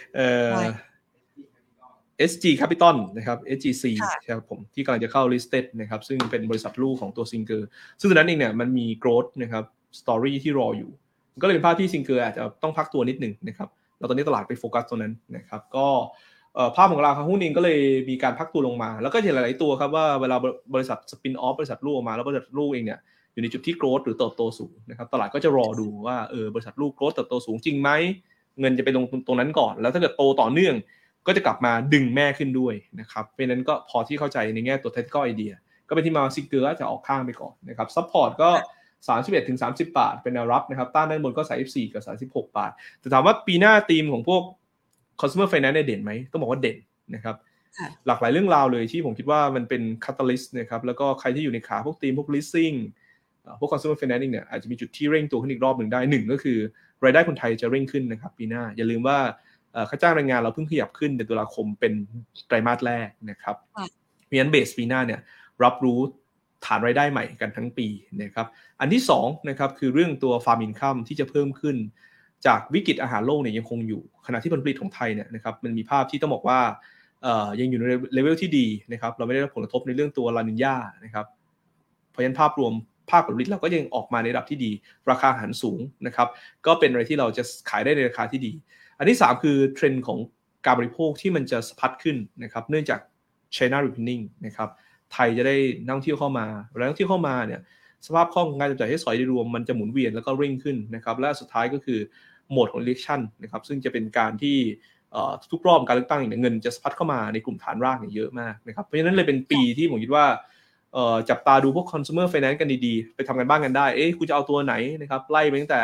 Speaker 2: SG Capital นะครับ SGC ครับผมที่กำลังจะเข้า listed นะครับซึ่งเป็นบริษัทลูกของตัว Singer ซึ่งตอนนั้นเองเนี่ยมันมี growth นะครับ story ที่รออยู่ก็เลยเป็นภาพที่ Singer อาจจะต้องพักตัวนิดนึงนะครับแล้วตอนนี้ตลาดไปโฟกัสตัวนั้นนะครับก็ภาพของราคาหุ้นเองก็เลยมีการพักตัวลงมาแล้วก็เห็นหลายๆตัวครับว่าเวลาบริษัทสปินออฟบริษัทลูกออกมาแล้วบริษัทลูกเองเนี่ยอยู่ในจุดที่ growth หรือเติบโตสูงนะครับตลาดก็จะรอดูว่าบริษัทลูก growth เติบโตสูงจริงไหมเงินจะไปลงตรงนั้นก่อนแล้วถ้าเกิดโตต่อเนื่องก็จะกลับมาดึงแม่ขึ้นด้วยนะครับเพราะฉะนั้นก็พอที่เข้าใจในแง่ตัว technical idea ก็เป็นที่มาซิกเกอร์จะออกข้างไปก่อนนะครับซัพพอร์ตก็31-30 บาทเป็นแนวรับนะครับต้านด้านบนก็34กับ36 บาทแต่ถามว่าปีหน้าธีมของพวก consumer finance เด่นไหมต้องบอกว่าเด่นนะครับหลากหลายเรื่องราวเลยที่ผมคิดว่ามันเป็น catalyst นะครับแล้วก็ใครที่อยู่ในขาพวกธีมพวก leasing พวก consumer financing เนี่ยอาจจะมีจุดที่เร่งตัวขึ้นอีกรอบหนึ่งได้หนึ่งก็คือรายได้คนไทยจะเร่งขึ้นนะครับปีหน้าอย่าลืมว่าค่าจ้างแรงงานเราเพิ่งขยับขึ้นในตุลาคมเป็นไตรมาสแรกนะครับเพราะฉะนั้นเบสปีหน้าเนี่ยรับรู้ฐานรายได้ใหม่กันทั้งปีนะครับอันที่2นะครับคือเรื่องตัว farm income ที่จะเพิ่มขึ้นจากวิกฤตอาหารโลกเนี่ยยังคงอยู่ขณะที่ผลผลิตของไทยเนี่ยนะครับมันมีภาพที่ต้องบอกว่ายังอยู่ในเลเวลที่ดีนะครับเราไม่ได้รับผลกระทบในเรื่องตัวลานิญานะครับเพราะฉะนั้นภาพรวมภาคผลผลิตเราก็ยังออกมาในระดับที่ดีราคาอาหารสูงนะครับก็เป็นอะไรที่เราจะขายได้ในราคาที่ดีอันที่3คือเทรนด์ของการบริโภคที่มันจะสะพัดขึ้นนะครับเนื่องจาก China Reopening นะครับไทยจะได้นักท่องเที่ยวเข้ามาแล้วนักท่องเที่ยวเข้ามาเนี่ยสภาพคล่องของการจับจ่ายใช้สอยโดยรวมมันจะหมุนเวียนแล้วก็เร่งขึ้นนะครับและสุดท้ายก็คือโหมดของ election นะครับซึ่งจะเป็นการที่ทุกรอบการเลือกตั้งเนี่ยเงินจะสะพัดเข้ามาในกลุ่มฐานรากเนี่ยเยอะมากนะครับเพราะฉะนั้นเลยเป็นปีที่ผมคิดว่าจับตาดูพวก consumer finance กันดีๆไปทำกันบ้างกันได้คุณจะเอาตัวไหนนะครับไล่ไปตั้งแต่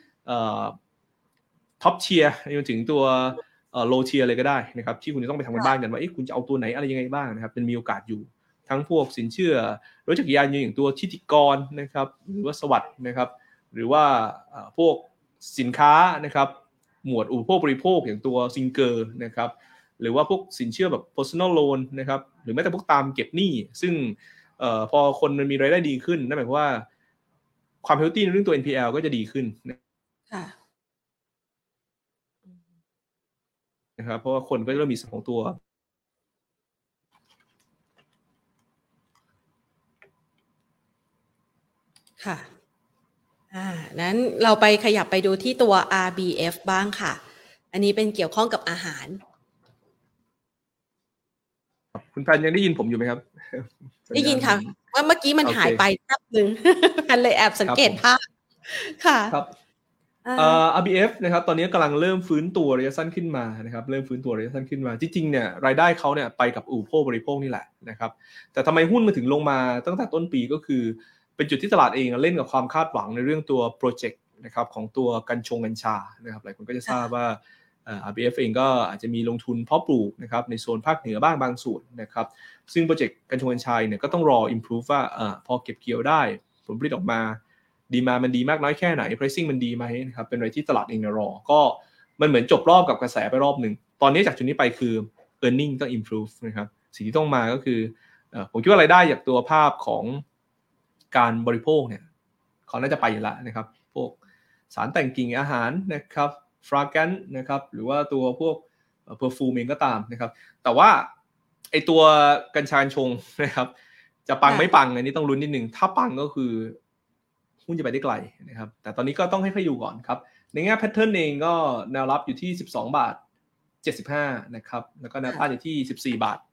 Speaker 2: ท็อปเทียร์จนถึงตัวโลเทียร์เลยก็ได้นะครับที่คุณจะต้องไปทำกันบ้านกันว่าคุณจะเอาตัวไหนอะไรยังไงบ้างนะครับเป็นมีโอกาสอยู่ทั้งพวกสินเชื่อรถจักรยานยนต์อย่างตัวทิติกรนะครับหรือว่าสวัสด์นะครับหรือว่าพวกสินค้านะครับหมวดอุปโภคบริโภคอย่างตัวซิงเกอร์นะครับหรือว่าพวกสินเชื่อแบบ personal loan นะครับหรือแม้แต่พวกตามเก็บหนี้ซึ่งพอคนมันมีรายได้ดีขึ้นนั่นหมายความว่าความเฮลตี้ในเรื่องตัว NPL ก็จะดีขึ้นนะครับเพราะว่าคนก็เริ่มมีสังของตัว
Speaker 1: ค่ะนั้นเราไปขยับไปดูที่ตัว RBF บ้างค่ะอันนี้เป็นเกี่ยวข้องกับอาหาร
Speaker 2: คุณแพนยังได้ยินผมอยู่ไหมครับ
Speaker 1: ได้ยินค่ะว่าเมื่อกี้มันหายไปแป๊บนึงแพนเลยแอบสังเกตภาพค่ะ
Speaker 2: ครับRBF นะครับตอนนี้กำลังเริ่มฟื้นตัวระยะสั้นขึ้นมานะครับเริ่มฟื้นตัวระยะสั้นขึ้นมาจริงๆเนี่ยรายได้เขาเนี่ยไปกับอุปโภคบริโภคนี่แหละนะครับแต่ทำไมหุ้นมันถึงลงมาตั้งแต่ต้นปีก็คือเป็นจุดที่ตลาดเองเล่นกับความคาดหวังในเรื่องตัวโปรเจกต์นะครับของตัวกัญชานะครับหลายคนก็จะทราบว่าRBF เองก็อาจจะมีลงทุนเพาะปลูกนะครับในโซนภาคเหนือบ้างบางส่วนนะครับซึ่งโปรเจกต์กัญชาเนี่ยก็ต้องรอ improve ว่าพอเก็บเกี่ยวได้ผลผลิตออกมาดีมามันดีมากน้อยแค่ไหน pricing มันดีไหมนะครับเป็นอะไรที่ตลาดเองรอก็มันเหมือนจบรอบกับกระแสไปรอบหนึ่งตอนนี้จากจุดนี้ไปคือ earning ต้อง improve นะครับสิ่งที่ต้องมาก็คือผมคิดว่ารายได้จากตัวภาพของการบริโภคเนี่ยเขาน่าจะไปอยู่แล้วนะครับพวกสารแต่งกลิ่นอาหารนะครับฟราแกนซ์นะครับหรือว่าตัวพวกเพอร์ฟูมเองก็ตามนะครับแต่ว่าไอตัวกัญชาชงนะครับจะปังไม่ปังอันนี้ต้องลุ้นนิดนึงถ้าปังก็คือหุ้นจะไปได้ไกลนะครับแต่ตอนนี้ก็ต้องให้เขาอยู่ก่อนครับในแง่แพทเทิร์นเองก็แนวรับอยู่ที่12.75นะครับแล้วก็แนวต้านอยู่ที่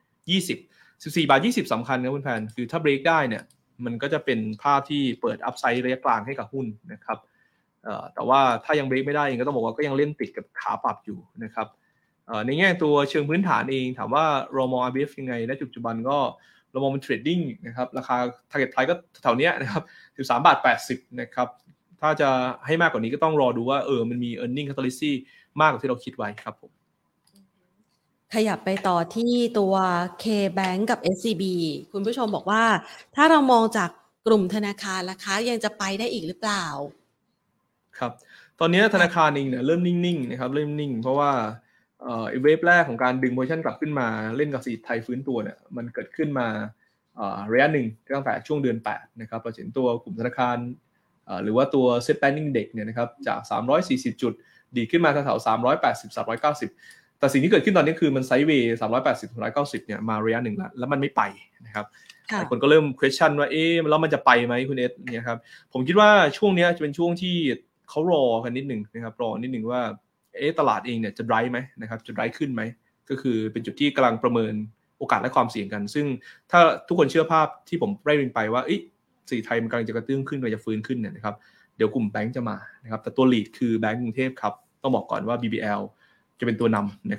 Speaker 2: 14.20 สำคัญนะคุณแพนคือถ้าเบรกได้เนี่ยมันก็จะเป็นภาพที่เปิดอัพไซด์ระยะกลางให้กับหุ้นนะครับแต่ว่าถ้ายังเบรกไม่ได้เองก็ต้องบอกว่าก็ยังเล่นติดกับขาปรับอยู่นะครับในแง่ตัวเชิงพื้นฐานเองถามว่าเรามอง RBF ยังไงณจุดปัจจุบันก็เรามองเป็นเทรดดิ้งนะครับราคา target price ก็แถวเนี้ยนะครับ13.80 นะครับถ้าจะให้มากกว่านี้ก็ต้องรอดูว่ามันมี earning catalyst มากกว่าที่เราคิดไว้ครับผม
Speaker 1: ขยับไปต่อที่ตัว K-Bank กับ SCB คุณผู้ชมบอกว่าถ้าเรามองจากกลุ่มธนาคารราคายังจะไปได้อีกหรือเปล่า
Speaker 2: ครับตอนนี้ธนาคารเองเนี่ยเริ่มนิ่งๆนะครับเริ่มนิ่งเพราะว่าเวฟแรกของการดึงโพซิชั่นกลับขึ้นมาเล่นกับเศรษฐกิจไทยฟื้นตัวเนี่ยมันเกิดขึ้นมาระยะหนึ่งตั้งแต่ช่วงเดือน8นะครับเราเห็นตัวกลุ่มธนาคารหรือว่าตัว Set Bank Index เนี่ยนะครับจาก340จุดดีขึ้นมาแถวๆ380 390แต่สิ่งที่เกิดขึ้นตอนนี้คือมันไซด์เวย์380 390เนี่ยมาระยะหนึ่งแล้วมันไม่ไปนะครับหลายคนก็เริ่ม question ว่าแล้วมันจะไปไหมคุณเอสเนี่ยครับผมคิดว่าช่วงนี้จะเป็นช่วงที่เขารอกันนิดนึงนะครับรอนิดนึงว่าตลาดเองเนี่ยจะ drive ไหมนะครับจะ drive ขึ้นไหมก็คือเป็นจุดที่กำลังประเมินโอกาสและความเสี่ยงกันซึ่งถ้าทุกคนเชื่อภาพที่ผมไล่เรียงไปว่าเศรษฐกิจไทยมันกำลังจะกระตุ้นขึ้นกำลังจะฟื้นขึ้นเนี่ยนะครับเดี๋ยวกลุ่มแบงก์จะมานะครับแต่ตัว lead คือแบงก์กรุงเทพครับต้องบอกก่อนว่า BBL จะเป็นตัวนำนะครับ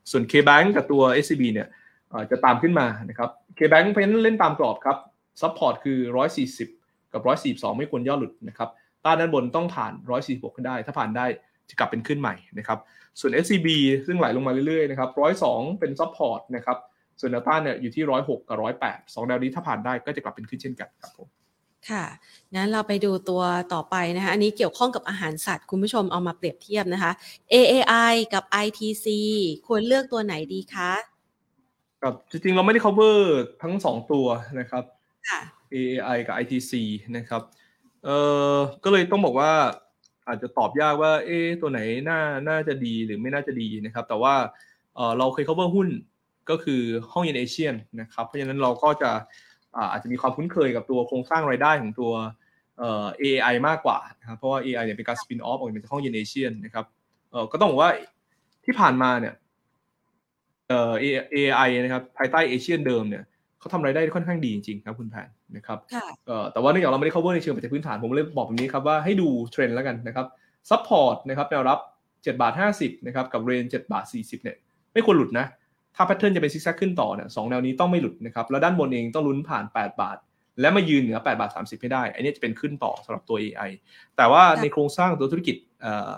Speaker 2: ส่วน KBank กับตัว SCB เนี่ยจะตามขึ้นมานะครับ KBank เพราะฉะนั้นเล่นตามกรอบครับซัพพอร์ตคือ140กับ142ไม่ควรย่อหลุดนะครับต้านด้านบนต้องผ่าน146ขึ้นได้ถ้าผ่านได้จะกลับเป็นขึ้นใหม่นะครับส่วน SCB ซึ่งไหลลงมาเรื่อยๆนะครับ102เป็นซัพพอร์ตนะครับส่วนแนวต้านเนี่ยอยู่ที่106กับ108 2แนวนี้ถ้าผ่านได้ก็จะกลับเป็นขึ้นเช่นกันครับผม
Speaker 1: ค่ะงั้นเราไปดูตัวต่อไปนะคะอันนี้เกี่ยวข้องกับอาหารสัตว์คุณผู้ชมเอามาเปรียบเทียบนะคะ AAI กับ ITC ควรเลือกตัวไหนดีคะ
Speaker 2: ครับจริงๆเราไม่ได้ cover ทั้ง2ตัวนะครับ
Speaker 1: ค่ะ
Speaker 2: AAI กับ ITC นะครับก็เลยต้องบอกว่าอาจจะตอบยากว่าตัวไหนน่าจะดีหรือไม่น่าจะดีนะครับแต่ว่าเราเคย cover หุ้นก็คือห้องเย็นเอเชียนนะครับเพราะฉะนั้นเราก็จะอาจจะมีความคุ้นเคยกับตัวโครงสร้างรายได้ของตัวAAI มากกว่านะครับเพราะว่า AI เนี่ยเป็นการ spin off ออกมาจากห้องเย็นเอเชียนนะครับก็ต้องบอกว่าที่ผ่านมาเนี่ยAI นะครับภายใต้เอเชียนเดิมเนี่ยเขาทำรายได้ค่อนข้างดีจริงๆครับคุณแพนนะครับแต่ว่าเนื่องจากเราไม่ได้ cover ในเชิงปัจจัยพื้นฐานผมเลยบอกแบบนี้ครับว่าให้ดูเทรนด์แล้วกันนะครับซัพพอร์ตนะครับแนวรับ7.50 นะครับกับเรนจ์7.40เนี่ยไม่ควรหลุดนะถ้าแพทเทิร์นจะเป็นซิกแซกขึ้นต่อเนี่ย2แนวนี้ต้องไม่หลุดนะครับแล้วด้านบนเองต้องลุ้นผ่าน8 บาทและมายืนเหนือ8.30 ให้ได้อันนี้จะเป็นขึ้นต่อสำหรับตัว AI แต่ว่าในโครงสร้างตัวธุรกิจ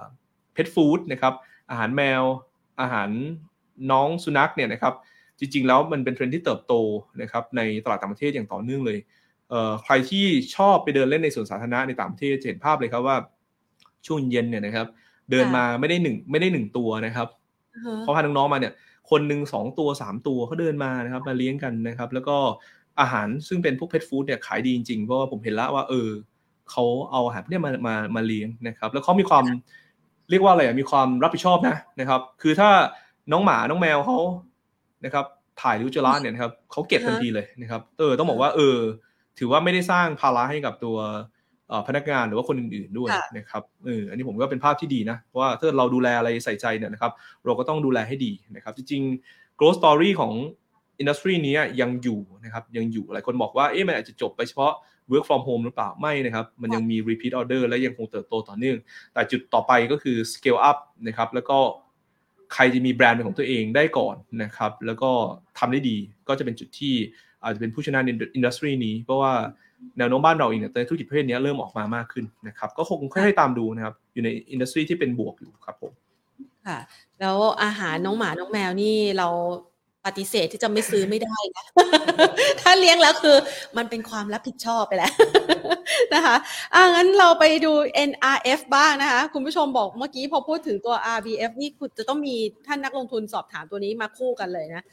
Speaker 2: pet food นะครับอาหารแมวอาหารน้องสุนัขเนี่ยนะครับจริงๆแล้วมันเป็นเทรนด์ที่เติบโตนะครับในตลาดต่างประเทศอย่างต่อเนื่องเลยใครที่ชอบไปเดินเล่นในสวนสาธารณะในต่างประเทศจะเห็นภาพเลยครับว่าช่วงเย็นเนี่ยนะครับเดินมาไม่ได้1ตัวนะครับเพราะพาน้องๆมาเนี่ยคนนึง2ตัว3ตัวเขาเดินมานะครับมาเลี้ยงกันนะครับแล้วก็อาหารซึ่งเป็นพวกเพทฟู้ดเนี่ยขายดีจริงๆเพราะว่าผมเห็นแล้วว่าเขาเอาอาหารเนี่ยมาเลี้ยงนะครับแล้วเขามีความเรียกว่าอะไรมีความรับผิดชอบนะครับคือถ้าน้องหมาน้องแมวเขานะครับถ่ายหรืออุจจาระเนี่ยนะครับเขาเก็บทันทีเลยนะครับต้องบอกว่าถือว่าไม่ได้สร้างภาระให้กับตัวพนักงานหรือว่าคนอื่นๆด้วยนะครับอันนี้ผมก็เป็นภาพที่ดีนะเพราะว่าถ้าเราดูแลอะไรใส่ใจเนี่ยนะครับเราก็ต้องดูแลให้ดีนะครับจริงๆ growth story ของอินดัสทรีนี้ยังอยู่นะครับยังอยู่หลายคนบอกว่ามันอาจจะจบไปเฉพาะ work from home หรือเปล่าไม่นะครับมันยังมี repeat order และยังคงเติบโตต่อเนื่องแต่จุดต่อไปก็คือ scale up นะครับแล้วก็ใครจะมีแบรนด์เป็นของตัวเองได้ก่อนนะครับแล้วก็ทำได้ดีก็จะเป็นจุดที่อาจจะเป็นผู้ชนะในอินดัสทรีนี้เพราะว่าแนวโน้มบ้านเราเองเนี่ยธุรกิจประเภทนี้เริ่มออกมามากขึ้นนะครับก็คงค่อยๆตามดูนะครับอยู่ในอินดัสทรีที่เป็นบวกอยู่ครับผม
Speaker 1: ค่ะแล้วอาหารน้องหมาน้องแมวนี่เราปฏิเสธที่จะไม่ซื้อไม่ได้นะ ถ้าเลี้ยงแล้วคือมันเป็นความรับผิดชอบไปแล้ว นะคะงั้นเราไปดู NRF บ้างนะคะคุณผู้ชมบอกเมื่อกี้พอพูดถึงตัว RBF นี่คุณจะต้องมีท่านนักลงทุนสอบถามตัวนี้มาคู่กันเลยนะ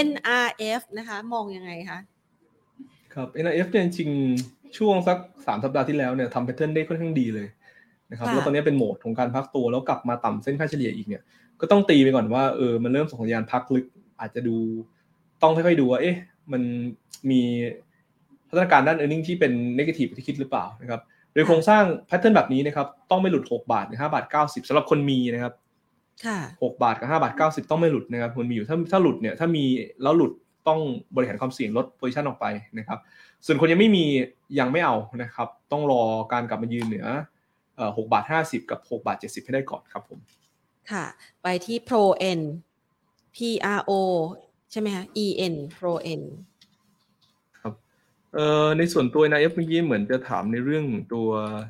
Speaker 1: NRF นะคะมองยังไงคะ
Speaker 2: ครับ NRF เนี่ยจริงๆช่วงสัก3 สัปดาห์ที่แล้วเนี่ยทำแพทเทิร์นได้ค่อนข้างดีเลยนะครับแล้วตอนนี้เป็นโหมดของการพักตัวแล้วกลับมาต่ำเส้นค่าเฉลี่ยอีกเนี่ยก็ต้องตีไปก่อนว่ามันเริ่มส่งสัญญาณพักลึกอาจจะดูต้องค่อยๆดูว่ามันมีพัฒนาการด้าน earning ที่เป็น negative ที่คิดหรือเปล่านะครับโดยโครงสร้างแพทเทิร์นแบบนี้นะครับต้องไม่หลุด6 บาทหรือ5.90 สำหรับคนมีนะครับ6 บาทกับ5.90 ต้องไม่หลุดนะครับคนมีอยู่ถ้าหลุดเนี่ยถ้ามีแล้วหลุดต้องบริหารความเสี่ยงลด position ออกไปนะครับส่วนคนยังไม่มียังไม่เอานะครับต้องรอการกลับมายืนเหนือ6.50 กับ6.70 ให้ได้ก่อนครับผม
Speaker 1: ค่ะไปที่ Pro N PRO ใช่ไหมคะ EN Pro N
Speaker 2: ครับในส่วนตัว NIF เมื่อกี้เหมือนจะถามในเรื่องตัว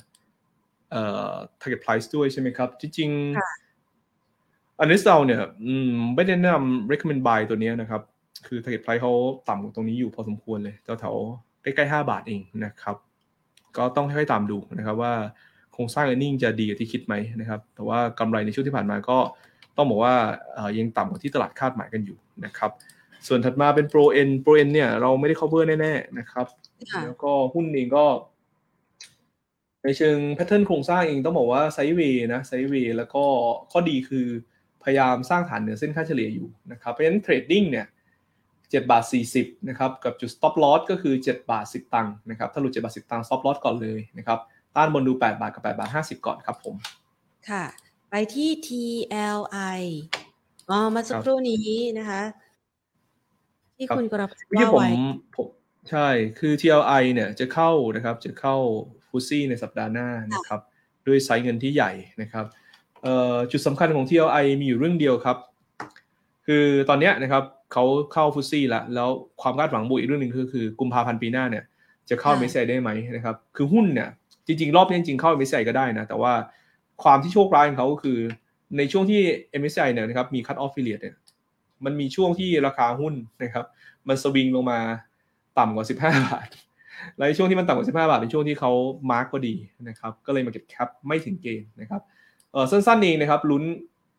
Speaker 2: target price ด้วยใช่ไหมครับจริงๆอันนี้เราเนี่ยไม่ได้แนะนำ recommend buy ตัวนี้นะครับคือ target price เขาต่ำกว่าตรงนี้อยู่พอสมควรเลยแถวๆใกล้ๆ5 บาทเองนะครับก็ต้องค่อยๆตามดูนะครับว่าโครงสร้าง earning จะดีกว่าที่คิดไหมนะครับแต่ว่ากำไรในช่วงที่ผ่านมาก็ต้องบอกว่ายังต่ำกว่าที่ตลาดคาดหมายกันอยู่นะครับส่วนถัดมาเป็น Pro N เนี่ยเราไม่ได้ cover แน่ๆนะครับแล้วก็หุ้นเองก็ในเชิงแพทเทิร์นโครงสร้างเองต้องบอกว่าไซด์เวย์แล้วก็ข้อดีคือพยายามสร้างฐานเหนือเส้นค่าเฉลี่ยอยู่นะครับเพราะฉะนั้นเทรดดิ้งเนี่ย7.40 นะครับกับจุด stop loss ก็คือ7.10 ตังค์นะครับถ้าหลุด7.10 ตังค์ stop loss ก่อนเลยนะครับต้านบนดู8 บาทกับ8.50 ก่อนครับผม
Speaker 1: ค่ะไปที่ TLI มาสักครู่นี้นะคะที่คุณกรพัฒน์ว่าไว้
Speaker 2: ใช่คือ TLI เนี่ยจะเข้านะครับจะเข้าฟุตซี่ในสัปดาห์หน้านะครับด้วยไซส์เงินที่ใหญ่นะครับจุดสำคัญของ TLI มีอยู่เรื่องเดียวครับคือตอนเนี้ยนะครับเขาเข้าฟุตซี่แล้วความคาดหวังบวกอีกเรื่องนึงคือกุมภาพันธ์ปีหน้าเนี่ยจะเข้า MSCI ได้ไหมนะครับคือหุ้นเนี่ยจริงๆรอบนี้จริงๆเข้า MSCI ก็ได้นะแต่ว่าความที่โชคร้ายของเขาก็คือในช่วงที่ MSCI เนี่ยนะครับมี cut off period เนี่ยมันมีช่วงที่ราคาหุ้นนะครับมันสวิงลงมาต่ำกว่า15 บาทและช่วงที่มันต่ำกว่า15 บาทเป็นช่วงที่เขามาร์กพอดีนะครับก็เลย market cap ไม่ถึงเกณฑ์นะครับสั้นๆเองนะครับลุ้น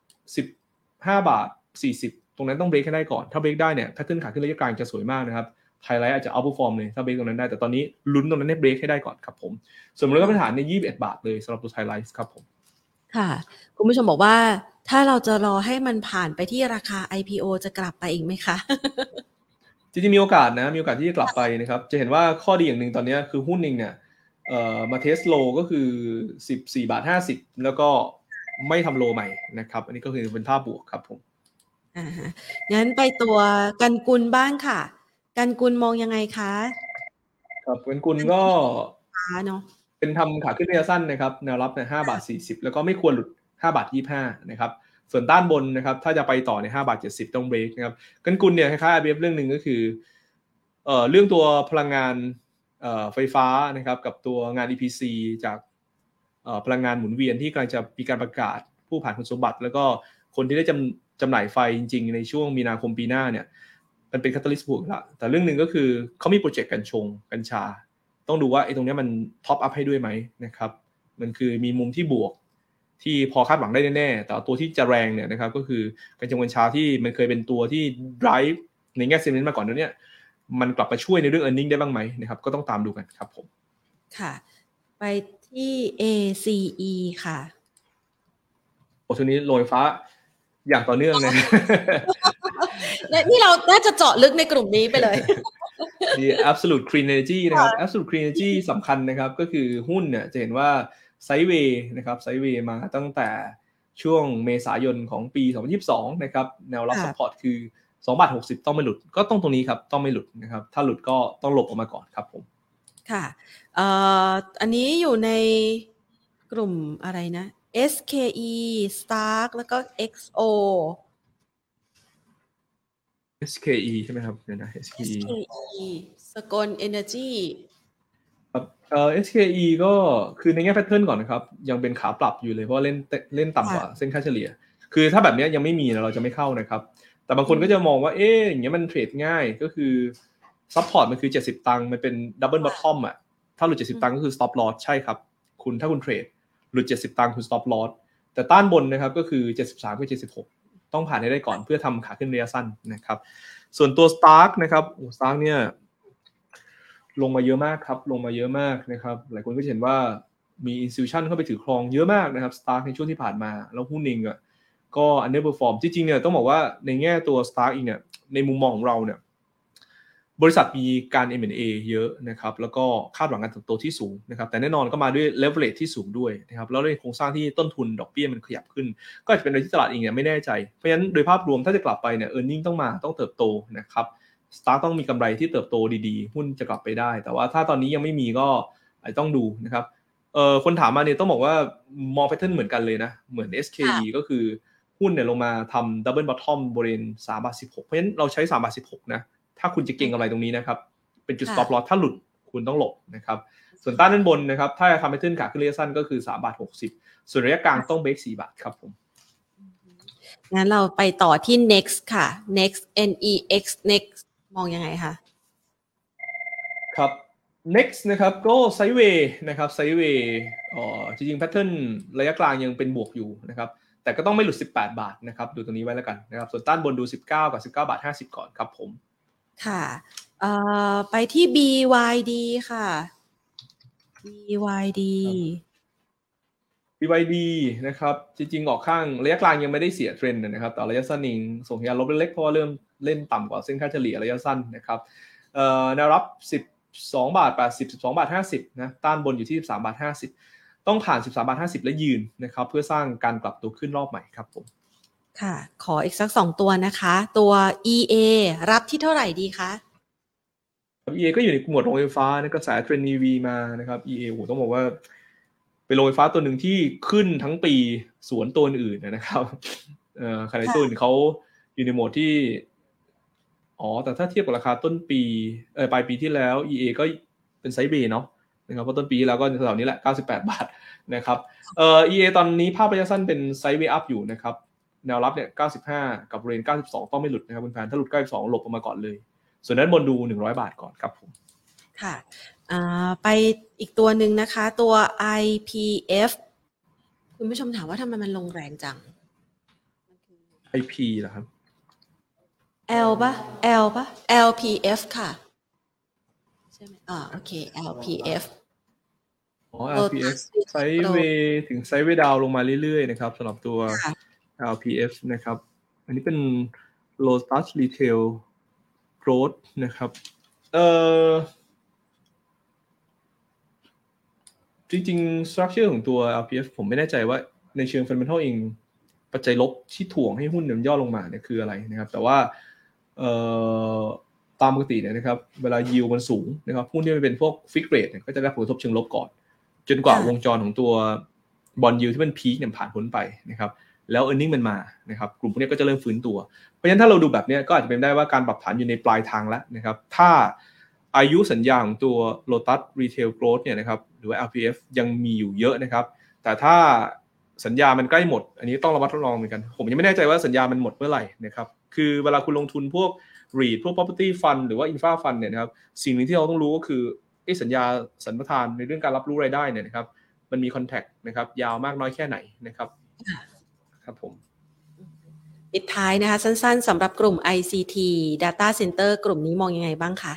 Speaker 2: 15 บาท 40ตรงนั้นต้องเบรกให้ได้ก่อนถ้าเบรกได้เนี่ยแพทเทิร์นขาขึ้นระยะกลางจะสวยมากนะครับไฮไลท์อาจจะเอาท์เพอร์ฟอร์มเลยถ้าเบรกตรงนั้นได้แต่ตอนนี้ลุ้นตรงนั้นให้เบรกให้ได้ก่อนครับผมส่วนมูลค่าพื้นฐานใน21 บาทเลยสำหรับตัวไฮไลท์ครับผม
Speaker 1: ค่ะคุณผู้ชมบอกว่าถ้าเราจะรอให้มันผ่านไปที่ราคา IPO จะกลับไปอีกไหมคะ
Speaker 2: จริงๆมีโอกาสนะมีโอกาสที่จะกลับไปนะครับจะเห็นว่าข้อดีอย่างหนึ่งตอนนี้คือหุ้นเองเนี่ยมาเทสโลก็คือ14.50 บาทแล้วก็ไม่ทำโลใหม่นะครับอันนี้ก็คือเป็นภาพบวกครับผม
Speaker 1: งั้นไปตัวกันกุลบ้างค่ะกันกุลมองยังไงคะ
Speaker 2: ครับกันกุลก็
Speaker 1: เนาะ
Speaker 2: เป็นทำขาขึ้นระยะสั้นนะครับแนวรับใน5 บาท 40แล้วก็ไม่ควรหลุด5 บาท 25นะครับส่วนด้านบนนะครับถ้าจะไปต่อใน5 บาท 70ต้องเบรกนะครับกันกุลเนี่ยคล้ายๆ RBF เรื่องนึงก็คือเรื่องตัวพลังงานไฟฟ้านะครับกับตัวงาน EPC จากพลังงานหมุนเวียนที่กำลังจะมีการประกาศผู้ผ่านคุณสมบัติแล้วก็คนที่ได้จำหน่ายไฟจริงๆในช่วงมีนาคมปีหน้าเนี่ยมันเป็นคาตาลิสต์บวกละแต่เรื่องนึงก็คือเขามีโปรเจกต์กัญชาต้องดูว่าไอ้ตรงนี้มันท็อปอัพให้ด้วยไหมนะครับมันคือมีมุมที่บวกที่พอคาดหวังได้แน่ๆแต่ตัวที่จะแรงเนี่ยนะครับก็คือกัญชาที่มันเคยเป็นตัวที่ drive ในแง่เซนต์มาก่อนนั้นเนี่ยมันกลับมาช่วยในเรื่อง earning ได้บ้างไหมนะครับก็ต้องตามดูกันครับผม
Speaker 1: ค่ะไปที่ ACE ค่ะ
Speaker 2: โอ้ช่วงนี้โรยฟ้าอย่างต่อเนื่องนะ
Speaker 1: นี่เราน่าจะเจาะลึกในกลุ่มนี้ไปเลย
Speaker 2: ดี Absolute Clean Energy นะครับ Absolute Clean Energy สำคัญนะครับก็คือหุ้นเนี่ยจะเห็นว่าไซด์เวย์นะครับไซด์เวย์มาตั้งแต่ช่วงเมษายนของปี2022นะครับแนวรับซัพพอร์ตคือ2.60 บาทต้องไม่หลุดก็ต้องตรงนี้ครับต้องไม่หลุดนะครับถ้าหลุดก็ต้องหลบออกมาก่อนครับผม
Speaker 1: ค่ะอันนี้อยู่ในกลุ่มอะไรนะ SKE Stark แล้วก็ XO
Speaker 2: SKE ใช่ไหมครับเดี๋ยวนะ SKE
Speaker 1: สกล Energy
Speaker 2: ครับSKE ก็คือในแง่แพทเทิร์นก่อนนะครับยังเป็นขาปรับอยู่เลยเพราะเล่นต่ำกว่าเส้นค่าเฉลี่ยคือถ้าแบบนี้ยังไม่มีเราจะไม่เข้านะครับแต่บางคนก็จะมองว่าอย่างเงี้ยมันเทรดง่ายก็คือซัพพอร์ตมันคือ70 ตังค์มันเป็นดับเบิลบอททอมอ่ะถ้าหลุด70 ตังค์ก็คือ stop loss ใช่ครับถ้าคุณเทรดหลุด70 ตังค์คือ stop loss แต่ต้านบนนะครับก็คือ73กับ76ต้องผ่านให้ได้ก่อนเพื่อทำขาขึ้นระยะสั้นนะครับส่วนตัว Stark นะครับStark เนี่ยลงมาเยอะมากครับลงมาเยอะมากนะครับหลายคนก็เห็นว่ามี institution เข้าไปถือครองเยอะมากนะครับ Stark ในช่วงที่ผ่านมาแล้วหุ้นเองก็ underperform จริงๆเนี่ยต้องบอกว่าในแง่ตัว Stark เองเนี่ยในมุมมองของเราเนี่ยบริษัทมีการ M&A เยอะนะครับแล้วก็คาดหวังการเติบโตที่สูงนะครับแต่แน่นอนก็มาด้วย leverage ที่สูงด้วยนะครับแล้วในโครงสร้างที่ต้นทุนดอกเบี้ยมันขยับขึ้นก็อาจจะเป็นอะไรที่ตลาดเองเนี่ยไม่แน่ใจเพราะฉะนั้นโดยภาพรวมถ้าจะกลับไปเนี่ย earning ต้องเติบโตนะครับStark ต้องมีกำไรที่เติบโตดีๆหุ้นจะกลับไปได้แต่ว่าถ้าตอนนี้ยังไม่มีก็อาจจะต้องดูนะครับคนถามมาเนี่ยต้องบอกว่ามองแพทเทิร์นเหมือนกันเลยนะเหมือน SKE ก็คือหุ้นเนี่ยลงมาทำ double bottom บริเวณ3.16 บาทเพราะฉะนั้นเราใช้3.16 บาทนะถ้าคุณจะเก็งกำไรตรงนี้นะครับเป็นจุด stop loss ถ้าหลุดคุณต้องหลบนะครับส่วนต้านด้านบนนะครับถ้าจะทำให้ขึ้นขาขึ้นระยะสั้นก็คือ3.60 บาทส่วนระยะกลางต้องเบรก4 บาทครับผม
Speaker 1: งั้นเราไปต่อที่ next ค่ะ next next มองยังไงคะ
Speaker 2: ครับ next นะครับก็ไซด์เวย์นะครับไซด์เวย์จริงๆแพทเทิร์นระยะกลางยังเป็นบวกอยู่นะครับแต่ก็ต้องไม่หลุด18 บาทนะครับดูตรงนี้ไว้แล้วกันนะครับส่วนต้านบนดู19กับ19.50 บาทก่อนครับผม
Speaker 1: ค่ะไปที่ BYD ค่ะ
Speaker 2: BYD นะครับจริงๆออกข้างระยะกลางยังไม่ได้เสียเทรนด์นะครับแต่ระยะสั้นเองส่งสัญญาณลบเล็กๆเพราะว่าเริ่มเล่นต่ำกว่าเส้นค่าเฉลี่ยระยะสั้นนะครับแนวรับ12.80 บาท12.50 บาทนะต้านบนอยู่ที่13.50 บาทต้องผ่าน13.50 บาทและยืนนะครับเพื่อสร้างการกลับตัวขึ้นรอบใหม่ครับผม
Speaker 1: ค่ะขออีกสัก2ตัวนะคะตัว EA รับที่เท่าไหร่ดีคะ
Speaker 2: EA ก็อยู่ในหมวดโรงไฟฟ้านะกระแสเทรนด์ EV มานะครับ EA ต้องบอกว่าเป็นโรงไฟฟ้าตัวหนึ่งที่ขึ้นทั้งปีสวนตัวอื่นนะครับขณะที่ตัวอื่นเขาอยู่ในโหมดที่แต่ถ้าเทียบกับราคาต้นปีปลายปีที่แล้ว EA ก็เป็นไซด์เวย์เนาะนะครับเพราะต้นปีแล้วก็แถวๆนี้แหละ98 บาทนะครับEA ตอนนี้ภาพระยะสั้นเป็นไซด์เวย์อัพอยู่นะครับแนวรับเนี่ย95กับเรน92ต้องไม่หลุดนะครับคุณแฟนถ้าหลุด92หลบออกมาก่อนเลยส่วนนั้นบนดู100 บาทก่อนครับผม
Speaker 1: ค่ะไปอีกตัวหนึ่งนะคะตัว IPF คุณผู้ชมถามว่าทำไมมันลงแรงจัง
Speaker 2: IP เหรอครับ
Speaker 1: L ป่ะ LPF ค่ะใช่ไหมโอเค LPF
Speaker 2: LPF ไซด์เวย์ถึงไซด์เวย์ดาวลงมาเรื่อยๆนะครับสำหรับตัว LPF นะครับอันนี้เป็น Lotus Retail Growth นะครับจริงๆ structure ของตัว LPF ผมไม่แน่ใจว่าในเชิง fundamental เองปัจจัยลบที่ถ่วงให้หุ้นย่อลงมาเนี่ยคืออะไรนะครับแต่ว่าตามปกติเนี่ยนะครับเวลา yield มันสูงนะครับหุ้นที่มันเป็นพวก fixed rate เนี่ยก็จะได้ผลกระทบเชิงลบก่อนจนกว่าวงจรของตัว bond yield ที่มัน peak เนี่ยผ่านพ้นไปนะครับแล้ว earning มันมานะครับกลุ่มพวกนี้ก็จะเริ่มฟื้นตัวเพราะฉะนั้นถ้าเราดูแบบนี้ก็อาจจะเป็นได้ว่าการปรับฐานอยู่ในปลายทางแล้วนะครับถ้าอายุสัญญาของตัว Lotus Retail Growth เนี่ยนะครับหรือว่า LPF ยังมีอยู่เยอะนะครับแต่ถ้าสัญญามันใกล้หมดอันนี้ต้องระมัดระวังเหมือนกันผมยังไม่แน่ใจว่าสัญญามันหมดเมื่อไหร่นะครับคือเวลาคุณลงทุนพวก REIT พวก property fund หรือว่า infra fund เนี่ยนะครับสิ่งนึงที่เราต้องรู้ก็คือสัญญาสัมปทานในเรื่องการรับรู้รายได้เนี่ยนะครับมันมี contract นะครับยาวมากน้อยแค่ไหนนะครับครับผม
Speaker 1: ปิดท้ายนะคะสั้นๆสำหรับกลุ่ม ICT Data Center กลุ่มนี้มองยังไงบ้างคะ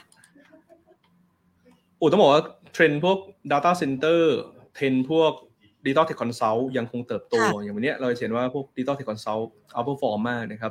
Speaker 2: ต้องบอกว่าเทรนด์พวก Data Center เทรนด์พวก Digital Tech Consult ยังคงเติบโตอย่างวันนี้เราเห็นว่าพวก Digital Tech Consult outperform มากนะครับ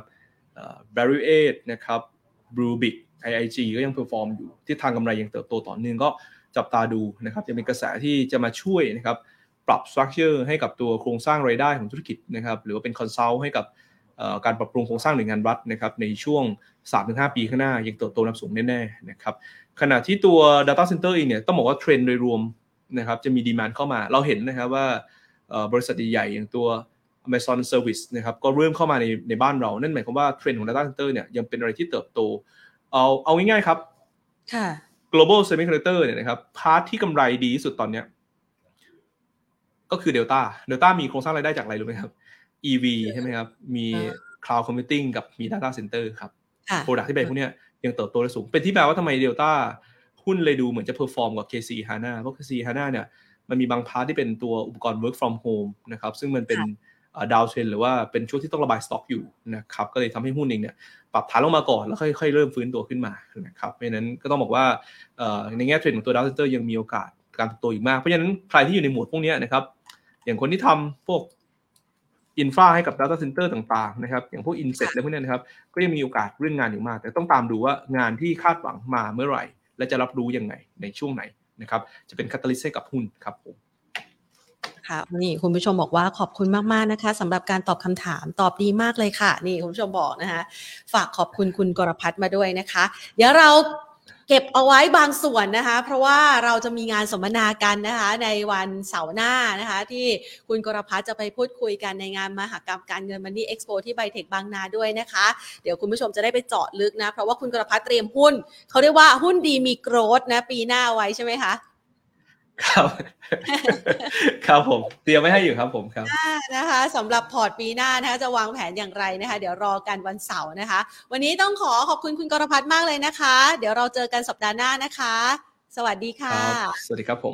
Speaker 2: Barrier นะครับ Bluebic IIG ก็ยัง perform อยู่ที่ทางกำไรยังเติบโตต่อเนื่องก็จับตาดูนะครับจะเป็นกระแสที่จะมาช่วยนะครับปรับ structure ให้กับตัวโครงสร้างรายได้ของธุรกิจนะครับหรือว่าเป็น consult ให้กับการปรับปรุงโครงสร้างหน่วยงานรัฐนะครับในช่วง 3-5 ปีข้างหน้ายังเติบโตระดับสูงแน่ๆนะครับขณะที่ตัว Data Center เองเนี่ยต้องบอกว่าเทรนด์โดยรวมนะครับจะมีดีมานด์เข้ามาเราเห็นนะครับว่าบริษัทใหญ่ๆอย่างตัว Amazon Service นะครับก็เริ่มเข้ามาในบ้านเรานั่นหมายความว่าเทรนด์ของ Data Center เนี่ยยังเป็นอะไรที่เติบโตเอาง่ายๆครับ
Speaker 1: ค่ะ
Speaker 2: Global Semiconductor เนี่ยนะครับพาร์ทที่กำไรดีที่สุดตอนนี้ก็คือ Delta มีโครงสร้างรายได้จากอะไรรู้ไหมครับ EV ใช่ไหมครับมี Cloud Computing กับมี Data Center ครับ Product ที่เป็นพวกนี้ยังเติบโตได้สูงเป็นที่มาว่าทำไม Delta หุ้นเลยดูเหมือนจะ perform กว่า KC HANA เพราะ KC HANA เนี่ยมันมีบางพาร์ทที่เป็นตัวอุปกรณ์ work from home นะครับซึ่งมันเป็นดาวเทรนหรือว่าเป็นช่วงที่ต้องระบายสต็อกอยู่นะครับก็เลยทำให้หุ้นเองเนี่ยปรับฐานลงมาก่อนแล้วค่อยๆเริ่มฟื้นตัวขึ้นมานะครับเพราะฉะนั้นก็ต้องบอกว่าในแง่เทรนด์ของตัว Data Center ยังมีโอกาสการเติบโตอีกมากเพราะฉะนั้นใครที่อยู่ในโหมดพวกนี้นะครับอย่างคนที่ทำพวกอินฟราให้กับ Data Center ต่างๆนะครับอย่างพวก Inset อะไรพวกนี้นะครับก็ยังมีโอกาสเรื่องงานอยู่มากแต่ต้องตามดูว่างานที่คาดหวังมาเมื่อไหร่และจะรับรู้ยังไงในช่วงไหนนะครับจะเป็น catalyst ให้กับหุ้นครับผม
Speaker 1: ค่ะนี่คุณผู้ชมบอกว่าขอบคุณมากๆนะคะสำหรับการตอบคำถามตอบดีมากเลยค่ะนี่คุณผู้ชมบอกนะคะฝากขอบคุณคุณกรพัฒน์มาด้วยนะคะเดี๋ยวเราเก็บเอาไว้บางส่วนนะคะเพราะว่าเราจะมีงานสัมมนากันนะคะในวันเสาร์หน้านะคะที่คุณกรพัฒน์จะไปพูดคุยกันในงานมหกรรมการเงิน Money Expo ที่ไบเทคบางนาด้วยนะคะเดี๋ยวคุณผู้ชมจะได้ไปเจาะลึกนะเพราะว่าคุณกรพัฒน์เตรียมหุ้นเขาเรียกว่าหุ้นดีมีโกรธนะปีหน้าไว้ใช่ไหมคะ
Speaker 2: ครับครับผมเตรียมไว้ให้อยู่ครับผมครับ
Speaker 1: นะคะสำหรับพอร์ตปีหน้านะคะจะวางแผนอย่างไรนะคะเดี๋ยวรอกันวันเสาร์นะคะวันนี้ต้องขอบคุณคุณกรพัฒน์มากเลยนะคะเดี๋ยวเราเจอกันสัปดาห์หน้านะคะสวัสดีค่ะ
Speaker 2: สวัสดีครับผม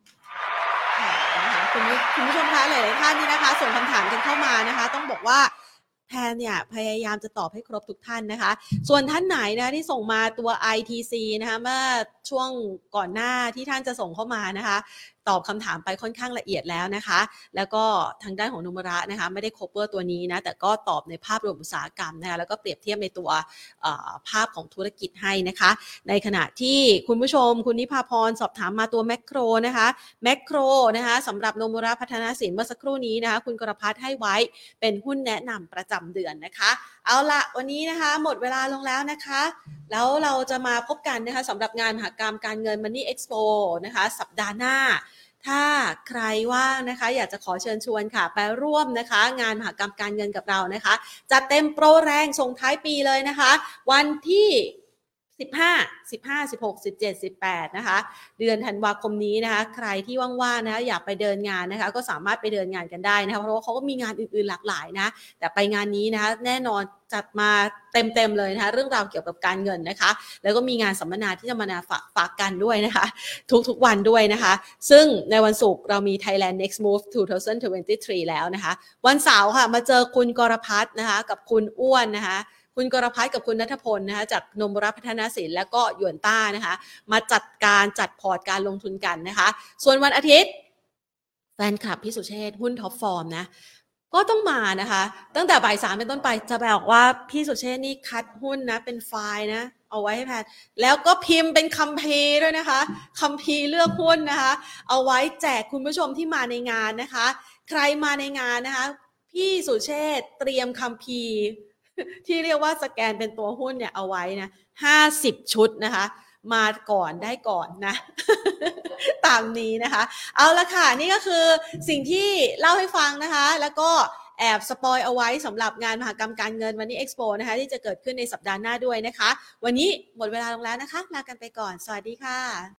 Speaker 1: นะคะคุณผู้ชมคะหลายๆท่านนี่นะคะส่งคำถามกันเข้ามานะคะต้องบอกว่าแทนเนี่ยพยายามจะตอบให้ครบทุกท่านนะคะส่วนท่านไหนนะที่ส่งมาตัว ITC นะคะเมื่อช่วงก่อนหน้าที่ท่านจะส่งเข้ามานะคะตอบคำถามไปค่อนข้างละเอียดแล้วนะคะแล้วก็ทางด้านของนุมระนะคะไม่ได้ cover ตัวนี้นะแต่ก็ตอบในภาพรวมอุตสาหกรรมนะคะแล้วก็เปรียบเทียบในตัวภาพของธุรกิจให้นะคะในขณะที่คุณผู้ชมคุณนิพาพรสอบถามมาตัวแมคโครนะคะแมคโครนะคะสำหรับนุมระพัฒนาสินเมื่อสักครู่นี้นะคะคุณกรพัฒน์ให้ไว้เป็นหุ้นแนะนำประจำเดือนนะคะเอาละวันนี้นะคะหมดเวลาลงแล้วนะคะแล้วเราจะมาพบกันนะคะสำหรับงานมหกรรมการเงิน Money Expo นะคะสัปดาห์หน้าถ้าใครว่างนะคะอยากจะขอเชิญชวนค่ะไปร่วมนะคะงานมหกรรมการเงินกับเรานะคะจัดเต็มโปรแรงส่งท้ายปีเลยนะคะวันที่15 16 17 18นะคะเดือนธันวาคมนี้นะคะใครที่ว่างๆนะคะอยากไปเดินงานนะคะก็สามารถไปเดินงานกันได้นะคะเพราะว่าเขาก็มีงานอื่นๆหลากหลายนะแต่ไปงานนี้นะคะแน่นอนจัดมาเต็มๆเลยนะคะเรื่องราวเกี่ยวกับการเงินนะคะแล้วก็มีงานสัมมนาที่จะมาฝากกันด้วยนะคะทุกๆวันด้วยนะคะซึ่งในวันศุกร์เรามี Thailand Next Move 2023 แล้วนะคะวันเสาร์ค่ะมาเจอคุณกรพัฒน์นะคะกับคุณอ้วนนะคะคุณกรพัฒน์กับคุณณัฐพลนะคะจากนมรัพัฒนศิลป์และก็หยวนต้านะคะมาจัดพอร์ตการลงทุนกันนะคะส่วนวันอาทิตย์แฟนคลับพี่สุเชษฐ์หุ้นท็อปฟอร์มนะก็ต้องมานะคะตั้งแต่บ่าย 3เป็นต้นไปจะบอกว่าพี่สุเชษฐ์นี่คัดหุ้นนะเป็นไฟล์นะเอาไว้ให้แพนแล้วก็พิมพ์เป็นคัมภีร์ด้วยนะคะคัมภีร์เลือกหุ้นนะคะเอาไว้แจกคุณผู้ชมที่มาในงานนะคะใครมาในงานนะคะพี่สุเชษฐ์เตรียมคัมภีร์ที่เรียกว่าสแกนเป็นตัวหุ้นเนี่ยเอาไว้นะ50 ชุดนะคะมาก่อนได้ก่อนนะ ตามนี้นะคะเอาละค่ะนี่ก็คือสิ่งที่เล่าให้ฟังนะคะแล้วก็แอบสปอยเอาไว้สำหรับงานมหกรรมการเงินวันนี้เอ็กซ์โปนะคะที่จะเกิดขึ้นในสัปดาห์หน้าด้วยนะคะวันนี้หมดเวลาลงแล้วนะคะลากันไปก่อนสวัสดีค่ะ